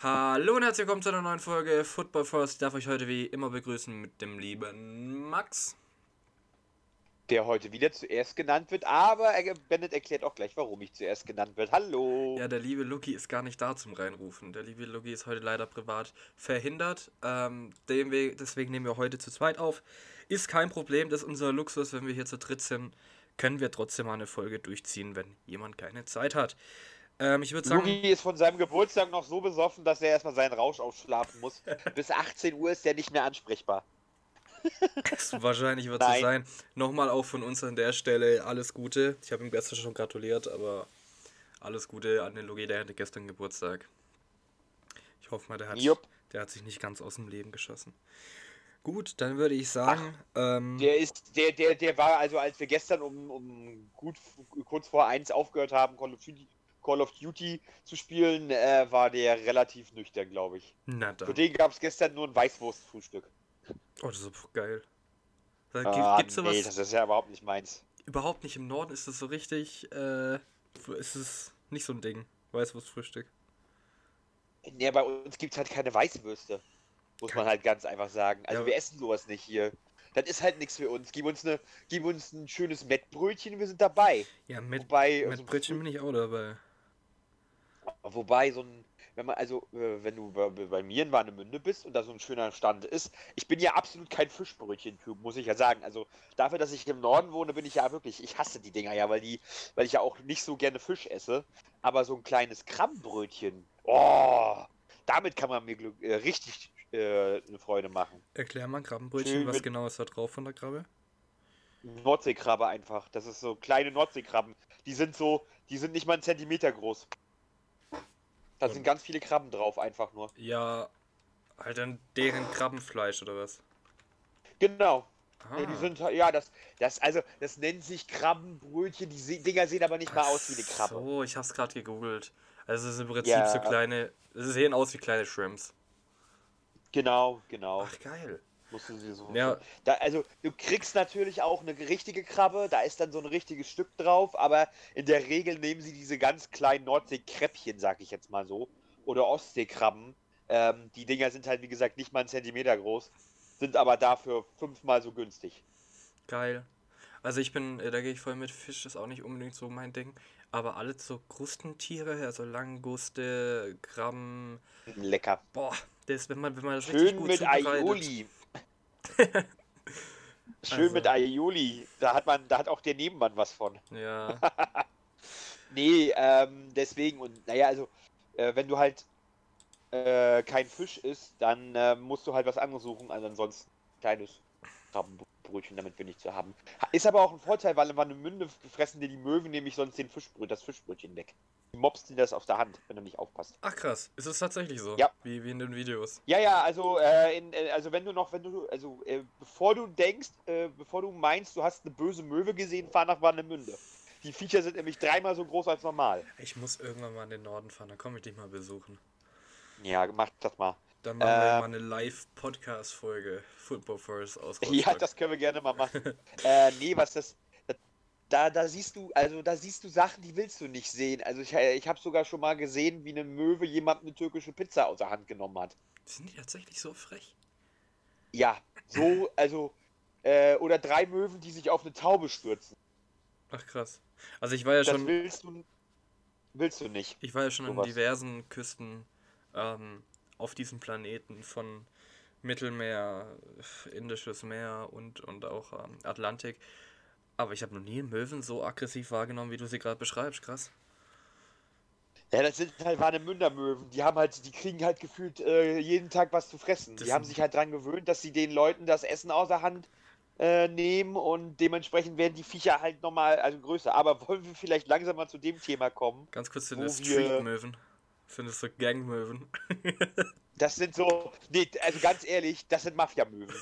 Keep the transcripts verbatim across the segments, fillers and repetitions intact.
Hallo und herzlich willkommen zu einer neuen Folge Football First. Ich darf euch heute wie immer begrüßen mit dem lieben Max. Der heute wieder zuerst genannt wird, aber Bennett erklärt auch gleich, warum ich zuerst genannt wird. Hallo! Ja, der liebe Luki ist gar nicht da zum Reinrufen. Der liebe Luki ist heute leider privat verhindert. Ähm, dem we- deswegen nehmen wir heute zu zweit auf. Ist kein Problem, das ist unser Luxus. Wenn wir hier zu dritt sind, können wir trotzdem mal eine Folge durchziehen, wenn jemand keine Zeit hat. Ähm, ich würde sagen... Luki ist von seinem Geburtstag noch so besoffen, dass er erstmal seinen Rausch ausschlafen muss. Bis achtzehn Uhr ist er nicht mehr ansprechbar. Wahrscheinlich wird es so sein. Nochmal auch von uns an der Stelle alles Gute. Ich habe ihm gestern schon gratuliert, aber alles Gute an den Logi, der hatte gestern Geburtstag. Ich hoffe mal, der hat, der hat sich nicht ganz aus dem Leben geschossen. Gut, dann würde ich sagen... Ach, ähm, der ist, der, der, der war, also als wir gestern um, um gut kurz vor eins aufgehört haben, Call of Duty, Call of Duty zu spielen, äh, war der relativ nüchtern, glaube ich. Na dann. Für den gab es gestern nur ein Weißwurstfrühstück. Oh, das ist so geil. Da Ah, gibt's sowas nee, das ist ja überhaupt nicht meins. Überhaupt nicht im Norden ist das so richtig, äh, ist es nicht so ein Ding. Weißwurstfrühstück. Nee, bei uns gibt es halt keine Weißwürste. Muss Kein... man halt ganz einfach sagen. Also ja, wir essen sowas nicht hier. Das ist halt nichts für uns. Gib uns, eine, gib uns ein schönes Mettbrötchen, wir sind dabei. Ja, mit, Wobei, Mettbrötchen so bin ich auch dabei. Wobei so ein, wenn man, also, wenn du bei, bei mir in Warnemünde bist und da so ein schöner Stand ist, ich bin ja absolut kein Fischbrötchen-Typ, muss ich ja sagen. Also dafür, dass ich im Norden wohne, bin ich ja wirklich, ich hasse die Dinger ja, weil die, weil ich ja auch nicht so gerne Fisch esse. Aber so ein kleines Krabbenbrötchen, oh, damit kann man mir äh, richtig äh, eine Freude machen. Erklär mal Krabbenbrötchen, Schön was genau ist da drauf von der Krabbe? Nordseekrabbe einfach. Das ist so kleine Nordseekrabben. Die sind so, die sind nicht mal einen Zentimeter groß. Da sind ganz viele Krabben drauf, einfach nur. Ja, halt dann deren Krabbenfleisch oder was? Genau. Ah. Ja, die sind, ja, das, das, also, das nennt sich Krabbenbrötchen. Die Dinger sehen aber nicht Ach mal aus wie eine Krabbe. So, ich hab's gerade gegoogelt. Also, es ist im Prinzip ja. so kleine, sie sehen aus wie kleine Shrimps. Genau, genau. Ach, geil. Musst du sie so ja. Da, also, du kriegst natürlich auch eine richtige Krabbe, da ist dann so ein richtiges Stück drauf, aber in der Regel nehmen sie diese ganz kleinen Nordseekräppchen, sag ich jetzt mal so, oder Ostseekrabben. Ähm, die Dinger sind halt, wie gesagt, nicht mal einen Zentimeter groß, sind aber dafür fünfmal so günstig. Geil. Also ich bin, da gehe ich voll mit, Fisch ist auch nicht unbedingt so mein Ding, aber alles so Krustentiere, also Languste, Krabben. Lecker. Boah, das, wenn man, wenn man das Schön richtig gut mit zubereitet. Aioli. Schön also. mit Aioli. Da hat man, da hat auch der Nebenmann was von. Ja. Nee, ähm, deswegen, und naja, also, äh, wenn du halt äh, kein Fisch isst, dann äh, musst du halt was anderes suchen, also ansonsten kleines Krabbenbrötchen damit wir nicht zu haben. Ist aber auch ein Vorteil, weil in Warnemünde fressen dir die Möwen nämlich sonst den Fischbröt, das Fischbrötchen weg. Die mobst dir das aus der Hand, wenn du nicht aufpasst. Ach krass, ist es tatsächlich so? Ja. Wie, wie in den Videos? Ja, ja, also, äh, in, äh, also wenn du noch, wenn du, also äh, bevor du denkst, äh, bevor du meinst, du hast eine böse Möwe gesehen, fahr nach Warnemünde. Die Viecher sind nämlich dreimal so groß als normal. Ich muss irgendwann mal in den Norden fahren, dann komme ich dich mal besuchen. Ja, mach das mal. Dann machen wir ähm, mal eine Live-Podcast-Folge Football First aus Rostock. Ja, das können wir gerne mal machen. äh, nee, was das, das, da, da siehst du, also da siehst du Sachen, die willst du nicht sehen. Also ich, ich habe sogar schon mal gesehen, wie eine Möwe jemand eine türkische Pizza aus der Hand genommen hat. Sind die tatsächlich so frech? Ja, so, also, äh, oder drei Möwen, die sich auf eine Taube stürzen. Ach krass. Also ich war ja das schon... willst du, willst du nicht. Ich war ja schon sowas. an diversen Küsten ähm, auf diesem Planeten, von Mittelmeer, Indisches Meer und, und auch ähm, Atlantik. Aber ich habe noch nie Möwen so aggressiv wahrgenommen, wie du sie gerade beschreibst. Krass. Ja, das sind halt Warnemünder Möwen. Die haben halt, die kriegen halt gefühlt äh, jeden Tag was zu fressen. Das die haben sich halt dran gewöhnt, dass sie den Leuten das Essen aus der Hand äh, nehmen und dementsprechend werden die Viecher halt nochmal, also größer. Aber wollen wir vielleicht langsam mal zu dem Thema kommen? Ganz kurz zu den Street-Möwen. Findest du Gang-Möwen? Das sind so, nee, also ganz ehrlich, das sind Mafia-Möwen.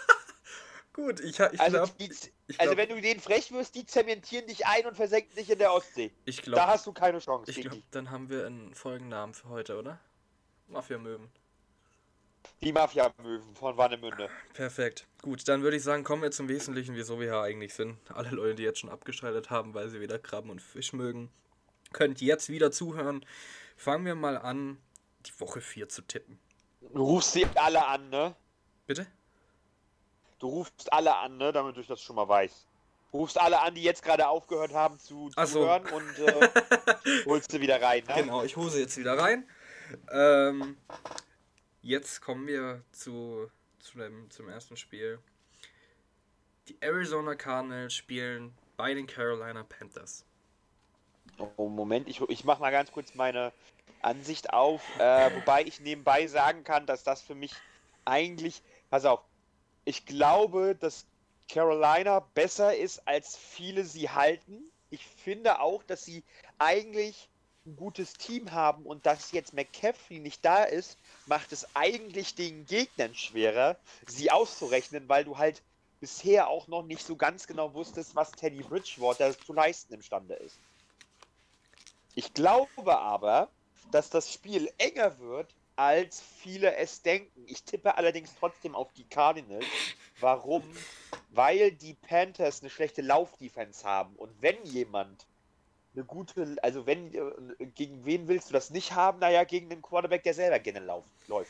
Gut, ich, ich also, glaube... Also wenn du denen frech wirst, die zementieren dich ein und versenken dich in der Ostsee. Ich glaub, da hast du keine Chance. Ich glaube, dann haben wir einen Folgennamen für heute, oder? Mafia-Möwen. Die Mafia-Möwen von Warnemünde. Perfekt. Gut, dann würde ich sagen, kommen wir zum Wesentlichen, wieso wir hier eigentlich sind. Alle Leute, die jetzt schon abgeschaltet haben, weil sie wieder Krabben und Fisch mögen, könnt jetzt wieder zuhören. Fangen wir mal an. die Woche vier zu tippen. Du rufst sie alle an, ne? Bitte? Du rufst alle an, ne? Damit ich das schon mal weiß. Du rufst alle an, die jetzt gerade aufgehört haben zu, Ach zu so. hören und äh, holst sie wieder rein, ne? Genau, ich hole sie jetzt wieder rein. Ähm, jetzt kommen wir zu, zu dem, zum ersten Spiel. Die Arizona Cardinals spielen bei den Carolina Panthers. Oh, Moment, ich, ich mache mal ganz kurz meine Ansicht auf, äh, wobei ich nebenbei sagen kann, dass das für mich eigentlich, pass auf, ich glaube, dass Carolina besser ist, als viele sie halten. Ich finde auch, dass sie eigentlich ein gutes Team haben und dass jetzt McCaffrey nicht da ist, macht es eigentlich den Gegnern schwerer, sie auszurechnen, weil du halt bisher auch noch nicht so ganz genau wusstest, was Teddy Bridgewater zu leisten imstande ist. Ich glaube aber, dass das Spiel enger wird, als viele es denken. Ich tippe allerdings trotzdem auf die Cardinals. Warum? Weil die Panthers eine schlechte Laufdefense haben. Und wenn jemand eine gute, also wenn, gegen wen willst du das nicht haben? Naja, gegen den Quarterback, der selber gerne lauf, läuft.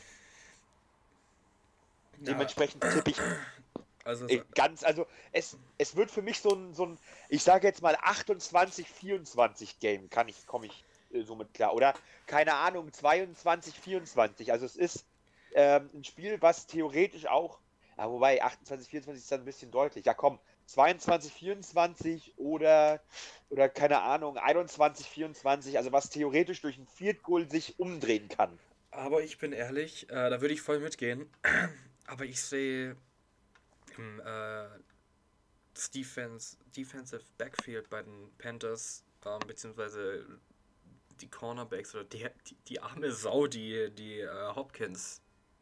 Ja. Dementsprechend tippe ich Also, ganz, also es, es wird für mich so ein, so ein, ich sage jetzt mal achtundzwanzig vierundzwanzig Game, kann ich, komme ich äh, somit klar. Oder, keine Ahnung, zweiundzwanzig vierundzwanzig. Also es ist ähm, ein Spiel, was theoretisch auch, ja, wobei achtundzwanzig vierundzwanzig ist dann ein bisschen deutlich. Ja komm, zweiundzwanzig vierundzwanzig oder, oder keine Ahnung, einundzwanzig vierundzwanzig, also was theoretisch durch ein Field Goal sich umdrehen kann. Aber ich bin ehrlich, äh, da würde ich voll mitgehen. Aber ich sehe im äh, das Defense, Defensive Backfield bei den Panthers, ähm, beziehungsweise die Cornerbacks oder die, die, die arme Sau, die, die äh, Hopkins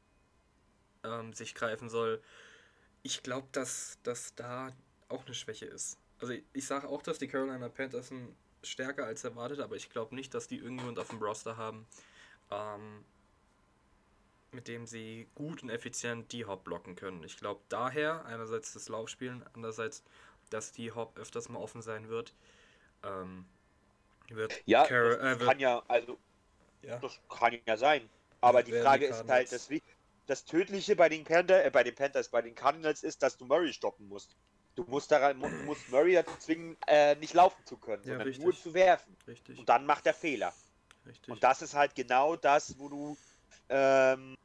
ähm, sich greifen soll. Ich glaube, dass, dass da auch eine Schwäche ist. Also ich, ich sage auch, dass die Carolina Panthers stärker als erwartet, aber ich glaube nicht, dass die irgendjemand auf dem Roster haben, ähm, mit dem sie gut und effizient die Hop blocken können. Ich glaube daher, einerseits das Laufspielen, andererseits, dass die Hop öfters mal offen sein wird. Ähm, wird Ja, Car- das äh, wird, kann ja, also ja, das kann ja sein. Aber die werden die Frage ist halt, Cardinals. das, das Tödliche bei den Panther, äh, bei den Panthers, bei den Cardinals ist, dass du Murray stoppen musst. Du musst daran, du musst Murray dazu zwingen, äh, nicht laufen zu können, Ja, sondern richtig. nur zu werfen. Richtig. Und dann macht er Fehler. Richtig. Und das ist halt genau das, wo du, ähm,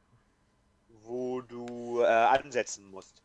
wo du äh, ansetzen musst.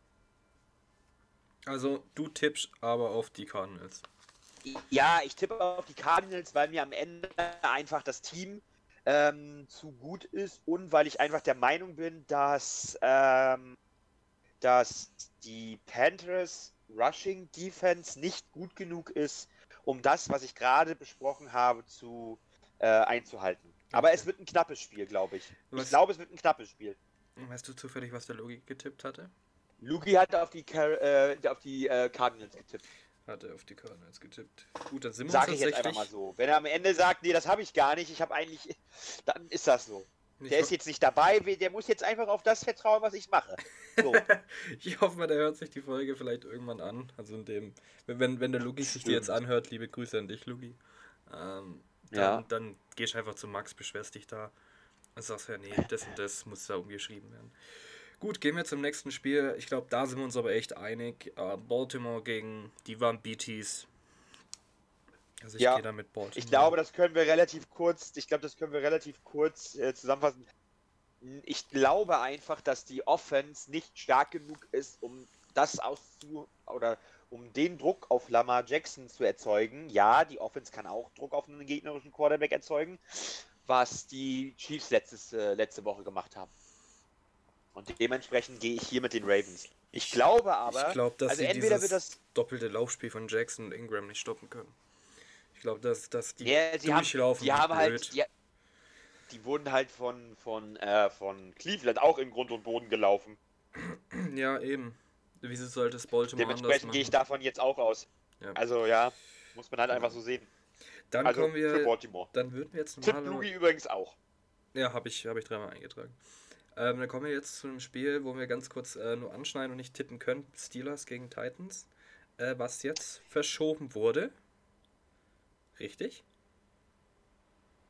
Also du tippst aber auf die Cardinals. Ja, ich tippe auf die Cardinals, weil mir am Ende einfach das Team ähm, zu gut ist und weil ich einfach der Meinung bin, dass, ähm, dass die Panthers Rushing Defense nicht gut genug ist, um das, was ich gerade besprochen habe, zu äh, einzuhalten. Aber Okay. es wird ein knappes Spiel, glaube ich. Was- Ich glaube, es wird ein knappes Spiel. Weißt du zufällig, was der Logi getippt hatte? Lugi hat auf die, Car äh, auf die äh, Cardinals getippt. Hat er auf die Cardinals getippt. Gut, dann sind wir Sage uns ich jetzt einfach tatsächlich... mal so. Wenn er am Ende sagt, nee, das habe ich gar nicht, ich habe eigentlich, dann ist das so. Ich Der ist ho- jetzt nicht dabei, der muss jetzt einfach auf das vertrauen, was ich mache. So. Ich hoffe mal, der hört sich die Folge vielleicht irgendwann an. Also in dem... Wenn, wenn, wenn der Lugi sich die jetzt Stimmt. anhört, liebe Grüße an dich, Lugi. Ähm, dann, Ja. dann gehst du einfach zu Max, beschwerst dich da und sagst ja, nee, das und das muss da umgeschrieben werden. Gut, gehen wir zum nächsten Spiel. Ich glaube, da sind wir uns aber echt einig. Äh, Baltimore gegen die waren B Ts. Also ich Ja, gehe da mit Baltimore. Ich glaube, das können wir relativ kurz, ich glaube, das können wir relativ kurz äh, zusammenfassen. Ich glaube einfach, dass die Offense nicht stark genug ist, um das auszu oder um den Druck auf Lamar Jackson zu erzeugen. Ja, die Offense kann auch Druck auf einen gegnerischen Quarterback erzeugen, was die Chiefs letztes, äh, letzte Woche gemacht haben. Und dementsprechend gehe ich hier mit den Ravens. Ich, Ich- glaube aber, Ich glaube, dass also sie entweder dieses wird das, doppelte Laufspiel von Jackson und Ingram nicht stoppen können. Ich glaube, dass, dass die ja, sie haben, durchlaufen die wie haben blöd. halt, die, die wurden halt von, von, äh, von Cleveland auch in Grund und Boden gelaufen. Ja, eben. Wieso sollte es Baltimore anders Dementsprechend gehe ich machen? davon jetzt auch aus. Ja. Also ja, muss man halt Genau. einfach so sehen. Dann Also kommen für wir. Baltimore. Dann würden wir jetzt Tipp normaler- Lugi übrigens auch. Ja, habe ich, hab ich dreimal eingetragen. Ähm, dann kommen wir jetzt zu einem Spiel, wo wir ganz kurz äh, nur anschneiden und nicht tippen können. Steelers gegen Titans. Äh, was jetzt verschoben wurde. Richtig?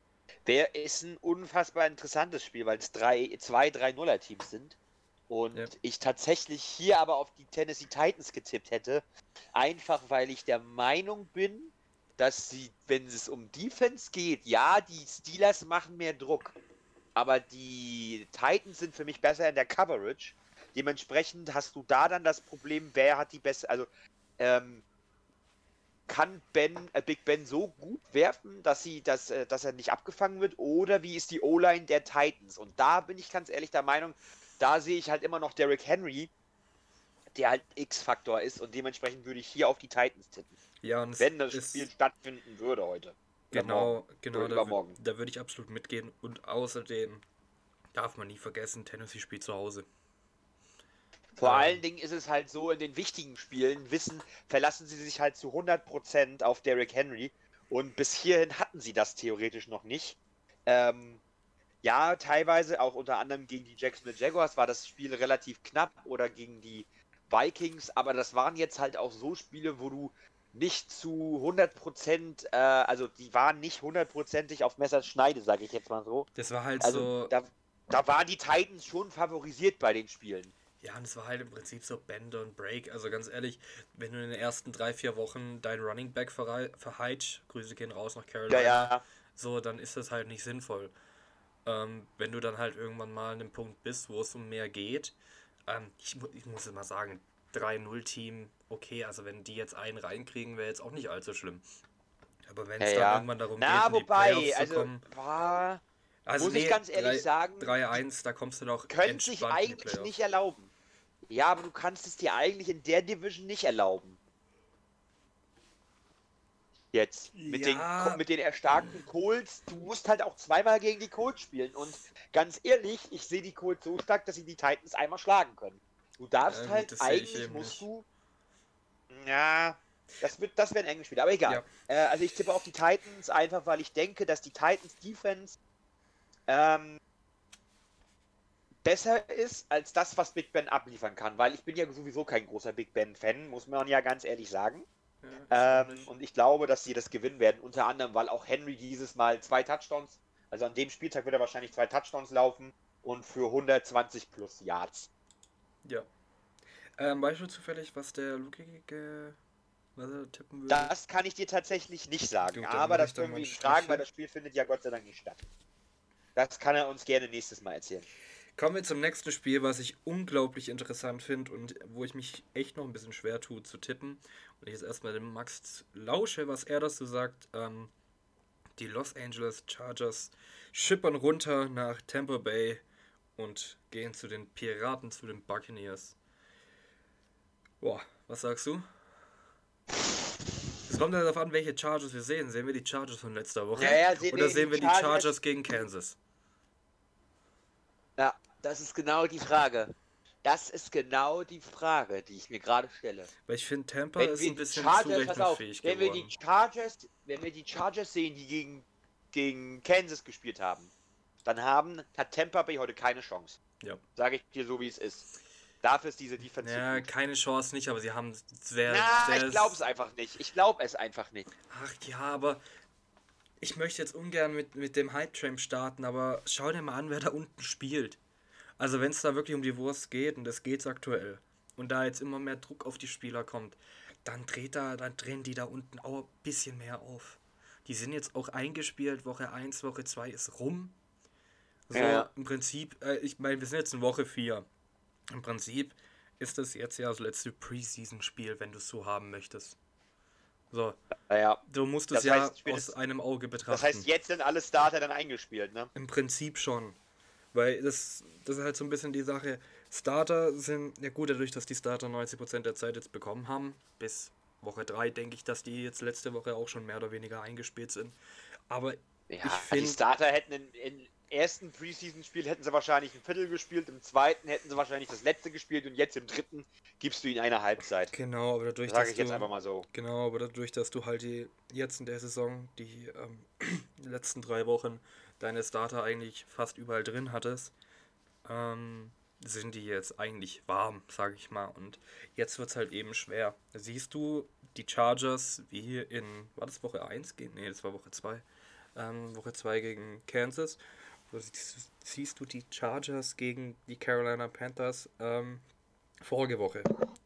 Wer ist ein unfassbar interessantes Spiel, weil es drei, zwei drei null Teams sind. Und Ja. ich tatsächlich hier aber auf die Tennessee Titans getippt hätte. Einfach weil ich der Meinung bin, dass sie, wenn es um Defense geht, ja, die Steelers machen mehr Druck. Aber die Titans sind für mich besser in der Coverage. Dementsprechend hast du da dann das Problem, wer hat die beste, also ähm, kann Ben, äh, Big Ben so gut werfen, dass sie, dass, äh, dass er nicht abgefangen wird, oder wie ist die O-Line der Titans? Und da bin ich ganz ehrlich der Meinung, da sehe ich halt immer noch Derrick Henry, der halt X-Faktor ist, und dementsprechend würde ich hier auf die Titans tippen. Ja, und Wenn das ist, Spiel stattfinden würde heute. Genau, genau, oder da, übermorgen. da würde ich absolut mitgehen. Und außerdem darf man nie vergessen, Tennessee spielt zu Hause. Vor Ähm, allen Dingen ist es halt so, in den wichtigen Spielen wissen, verlassen sie sich halt zu hundert Prozent auf Derrick Henry, und bis hierhin hatten sie das theoretisch noch nicht. Ähm, ja, teilweise, auch unter anderem gegen die Jacksonville Jaguars war das Spiel relativ knapp, oder gegen die Vikings, aber das waren jetzt halt auch so Spiele, wo du nicht zu hundert Prozent, äh, also die waren nicht hundertprozentig auf Messers Schneide, sage ich jetzt mal so. das war halt Also so, da, da waren die Titans schon favorisiert bei den Spielen. ja, und es war halt im Prinzip so Bend and Break. Also ganz ehrlich, wenn du in den ersten drei, vier Wochen deinen Running Back verrei- verheitscht, Grüße gehen raus nach Carolina, Ja, ja. so, dann ist das halt nicht sinnvoll. Ähm, wenn du dann halt irgendwann mal an dem Punkt bist, wo es um mehr geht, ähm, ich, mu- ich muss immer sagen, drei null Team, okay, also wenn die jetzt einen reinkriegen, wäre jetzt auch nicht allzu schlimm. Aber wenn Ja, es dann ja. irgendwann darum Na, geht, in die wobei, Playoffs zu also, kommen, boah, also muss ich nee, ganz ehrlich drei sagen, drei eins, da kommst du doch können sich entspannt in die eigentlich Playoffs. nicht erlauben. Ja, aber du kannst es dir eigentlich in der Division nicht erlauben. Jetzt. Mit den, Ja, mit den erstarkten Colts. Du musst halt auch zweimal gegen die Colts spielen. Und ganz ehrlich, ich sehe die Colts so stark, dass sie die Titans einmal schlagen können. Du darfst ja, gut, halt, das sehe ich eigentlich eben musst nicht. du. Ja, das wird, das wäre ein enges Spiel, aber egal. Ja. Äh, also ich tippe auf die Titans, einfach weil ich denke, dass die Titans Defense ähm, besser ist als das, was Big Ben abliefern kann, weil ich bin ja sowieso kein großer Big Ben-Fan, muss man ja ganz ehrlich sagen. Ja, ich auch Ähm, nicht. und ich glaube, dass sie das gewinnen werden, unter anderem, weil auch Henry dieses Mal zwei Touchdowns, also an dem Spieltag wird er wahrscheinlich zwei Touchdowns laufen und für hundertzwanzig plus Yards. Ja. Ähm, weißt du zufällig, was der Luki ge was er tippen würde? Das kann ich dir tatsächlich nicht sagen, Gut, dann aber mach ich das dann können mal wir einen ihn Strich fragen, weil hin. das Spiel findet ja Gott sei Dank nicht statt. Das kann er uns gerne nächstes Mal erzählen. Kommen wir zum nächsten Spiel, was ich unglaublich interessant finde und wo ich mich echt noch ein bisschen schwer tue zu tippen. Und ich jetzt erstmal dem Max lausche, was er dazu sagt. Ähm, die Los Angeles Chargers schippern runter nach Tampa Bay und gehen zu den Piraten, zu den Buccaneers. Boah, was sagst du? Es kommt ja darauf an, welche Chargers wir sehen. Sehen wir die Chargers von letzter Woche? Ja, ja, sehen Oder wir sehen wir die die Chargers- Chargers gegen Kansas? Ja, das ist genau die Frage. Das ist genau die Frage, die ich mir gerade stelle. Weil ich finde, Tampa Wenn ist wir ein die bisschen Chargers, pass auf, zurechnungsfähig wenn wir die geworden. Chargers, wenn wir die Chargers sehen, die gegen, gegen Kansas gespielt haben, dann haben, hat Tampa Bay heute keine Chance. Ja. Sage ich dir so, wie es ist. Dafür ist diese Defense Ja, zu gut. keine Chance nicht, aber sie haben sehr, Na, sehr... ich glaube es einfach nicht. Ich glaube es einfach nicht. Ach ja, aber ich möchte jetzt ungern mit, mit dem Hype-Train starten, aber schau dir mal an, wer da unten spielt. Also wenn es da wirklich um die Wurst geht, und das geht's aktuell, und da jetzt immer mehr Druck auf die Spieler kommt, dann dreht da, dann drehen die da unten auch ein bisschen mehr auf. Die sind jetzt auch eingespielt, Woche eins, Woche zwei ist rum. So, Ja. im Prinzip, äh, ich meine, wir sind jetzt in Woche vier. Im Prinzip ist das jetzt ja das letzte Preseason-Spiel, wenn du es so haben möchtest. So, Naja, du musst es Das ja heißt, aus spätestens- einem Auge betrachten. das heißt, jetzt sind alle Starter dann eingespielt, ne? Im Prinzip schon. Weil das, das ist halt so ein bisschen die Sache. Starter sind, ja gut, dadurch, dass die Starter neunzig Prozent der Zeit jetzt bekommen haben, bis Woche drei denke ich, dass die jetzt letzte Woche auch schon mehr oder weniger eingespielt sind. Aber Ja, ich die finde, Starter hätten im, im ersten Preseason-Spiel hätten sie wahrscheinlich ein Viertel gespielt, im zweiten hätten sie wahrscheinlich das letzte gespielt und jetzt im dritten gibst du ihnen eine Halbzeit. genau, aber dadurch, Sage dass ich jetzt du, einfach mal so. genau, aber dadurch, dass du halt die jetzt in der Saison die, ähm, die letzten drei Wochen deine Starter eigentlich fast überall drin hattest, ähm, sind die jetzt eigentlich warm, sage ich mal. Und jetzt wird es halt eben schwer. Siehst du die Chargers wie in, war das Woche eins? Nee, das war Woche zwei. ähm, Woche zwei gegen Kansas. Oder siehst, siehst du die Chargers gegen die Carolina Panthers ähm, vorige Woche?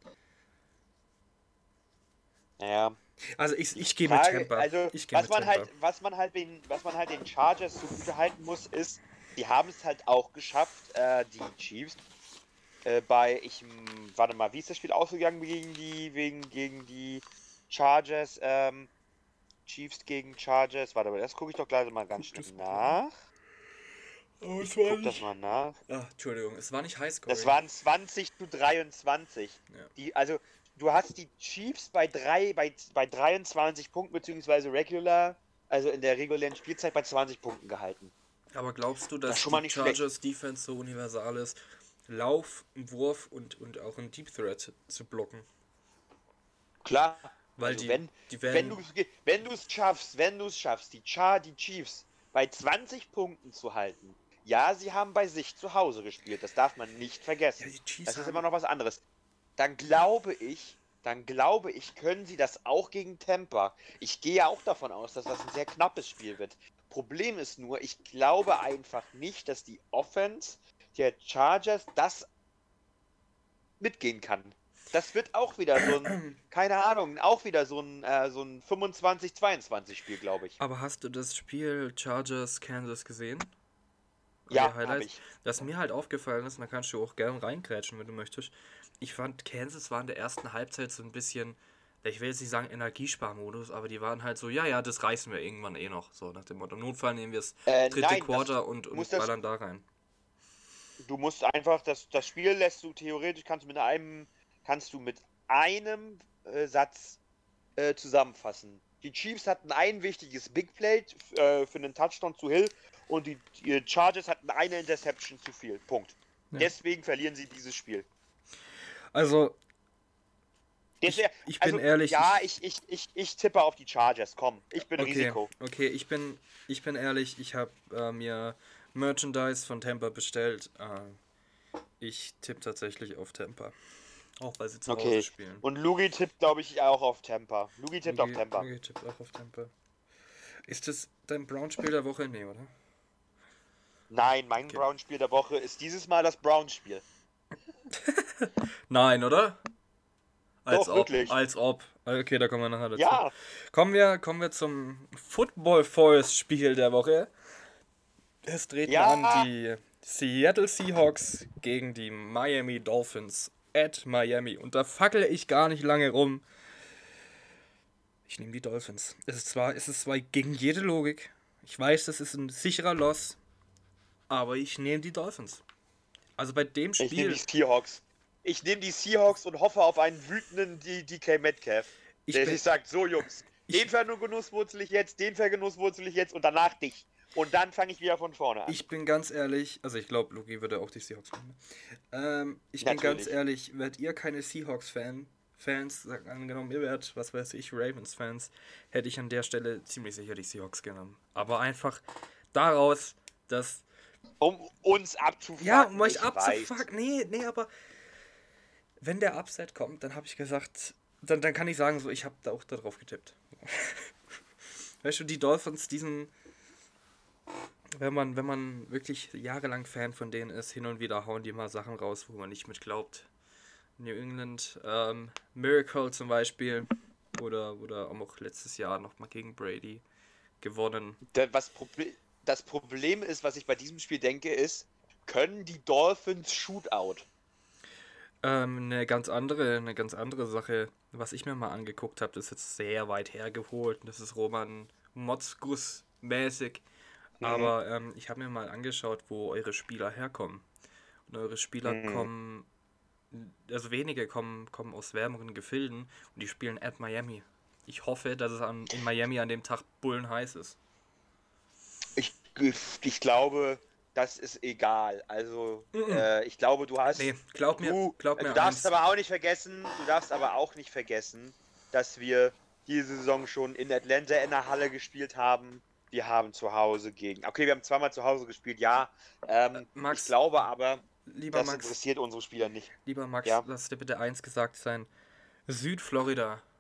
Naja, Also ich, die ich gehe mit Frage, Tampa. also Ich gehe was mit man Tampa. halt, was man halt den, was man halt den Chargers zugute halten muss, ist, die haben es halt auch geschafft, äh, die Chiefs äh, bei, ich, m, warte mal, wie ist das Spiel ausgegangen gegen die, wegen, gegen die Chargers, ähm, Chiefs gegen Chargers, warte mal, das gucke ich doch gleich mal ganz Guck schnell das mal an. nach. Oh, Ich es war guck das nicht. mal nach. Ah, Entschuldigung, es war nicht Das Highscoring. waren zwanzig zu dreiundzwanzig. Ja. Die, also, du hast die Chiefs bei, drei, bei, bei dreiundzwanzig Punkten, beziehungsweise Regular, also in der regulären Spielzeit bei zwanzig Punkten gehalten. Aber glaubst du, Das ist dass schon mal die nicht schlecht. Chargers Defense so universal ist, Lauf, Wurf und, und auch ein Deep Threat zu blocken? Klar. Weil Also die, wenn, die wenn werden. du wenn du es schaffst, wenn du es schaffst, die, Char, die Chiefs bei zwanzig Punkten zu halten. Ja, sie haben bei sich zu Hause gespielt, das darf man nicht Ja, vergessen. die Chiefs Das ist haben. immer noch was anderes. Dann glaube ich, dann glaube ich, können sie das auch gegen Tampa. Ich gehe auch davon aus, dass das ein sehr knappes Spiel wird. Problem ist nur, ich glaube einfach nicht, dass die Offense der Chargers das mitgehen kann. Das wird auch wieder so ein, keine Ahnung, auch wieder so ein, äh, so ein fünfundzwanzig zweiundzwanzig Spiel, glaube ich. Aber hast du das Spiel Chargers Kansas gesehen? Oder Ja, die habe Highlights? ich. Was mir halt aufgefallen ist, da kannst du auch gern reingrätschen, wenn du möchtest. Ich fand, Kansas war in der ersten Halbzeit so ein bisschen, ich will jetzt nicht sagen Energiesparmodus, aber die waren halt so, ja, ja, das reißen wir irgendwann eh noch. So nach dem Motto, im Notfall nehmen wir das Äh, dritte nein, das, Quarter und, du und musst das, ballern da rein. du musst einfach, das, das Spiel lässt du theoretisch, kannst du mit einem, kannst du mit einem äh, Satz äh, zusammenfassen. Die Chiefs hatten ein wichtiges Big Play äh, für einen Touchdown zu Hill und die, die Chargers hatten eine Interception zu viel. Punkt. Ja. Deswegen verlieren sie dieses Spiel. Also, Das ich, wär, ich bin also, ehrlich. ja, ich, ich, ich, ich, ich tippe auf die Chargers. Komm, ich bin okay, Risiko. okay, ich bin, ich bin ehrlich, ich habe äh, mir Merchandise von Tampa bestellt. Äh, ich tippe tatsächlich auf Tampa. Auch weil sie zu Hause Okay. spielen. Und Lugi tippt, glaube ich, auch auf Tampa. Lugi tippt auf Lugi, Tampa. Lugi tippt auch auf Tampa. Ist das dein Brown-Spiel der Woche? Nee, oder? Nein, mein Okay. Brown-Spiel der Woche ist dieses Mal das Brown-Spiel. Nein, oder? Als Doch, ob, wirklich. als ob. Okay, da kommen wir nachher dazu. Ja, Kommen wir, kommen wir zum Football Forest Spiel der Woche. Es treten Ja. an die Seattle Seahawks gegen die Miami Dolphins at Miami. Und da fackel ich gar nicht lange rum. Ich nehme die Dolphins. Es ist zwar, es ist zwar gegen jede Logik. Ich weiß, das ist ein sicherer Loss. Aber ich nehme die Dolphins. Also bei dem ich nehme Spiel. die Seahawks. Ich nehme die Seahawks und hoffe auf einen wütenden D- DK Metcalf. Ich der bin- sich sagt, so Jungs, Ich- den vergenusswurzel ich jetzt, den vergenusswurzel ich jetzt und danach dich. Und dann fange ich wieder von vorne an. Ich bin ganz ehrlich, also ich glaube, Luki würde auch die Seahawks nehmen. Ähm, ich bin Natürlich. ganz ehrlich, werdet ihr keine Seahawks-Fan, Fans, sagen, angenommen, ihr werdet, was weiß ich, Ravens-Fans, hätte ich an der Stelle ziemlich sicher die Seahawks genommen. Aber einfach daraus, dass. Um uns abzufucken. Ja, um euch ich abzufucken. Nee, nee, aber wenn der Upset kommt, dann habe ich gesagt, dann, dann kann ich sagen, so, ich habe da auch darauf getippt. Weißt du, die Dolphins, diesen. Wenn man, wenn man wirklich jahrelang Fan von denen ist, hin und wieder hauen die mal Sachen raus, wo man nicht mit glaubt. New England, ähm, Miracle zum Beispiel. Oder, oder auch letztes Jahr nochmal gegen Brady gewonnen. weiß. Was Proble das Problem ist, was ich bei diesem Spiel denke, ist, können die Dolphins Shootout? Ähm, eine ganz andere, eine ganz andere Sache, was ich mir mal angeguckt habe, das ist jetzt sehr weit hergeholt. Das ist Roman Motzkus mäßig. Mhm. Aber ähm, ich habe mir mal angeschaut, wo eure Spieler herkommen. Und eure Spieler Mhm. kommen, also wenige kommen, kommen aus wärmeren Gefilden und die spielen at Miami. Ich hoffe, dass es an, in Miami an dem Tag bullenheiß ist. Ich, ich glaube, das ist egal. Also, Mhm. äh, ich glaube, du hast. Nee, glaub mir, du, glaub du mir darfst eins. aber auch nicht vergessen, du darfst aber auch nicht vergessen, dass wir diese Saison schon in Atlanta in der Halle gespielt haben. Wir haben zu Hause gegen. Okay, wir haben zweimal zu Hause gespielt, ja. Ähm, Max, ich glaube aber, Lieber das Max, interessiert unsere Spieler nicht. lieber Max, Ja. lass dir bitte eins gesagt sein. Südflorida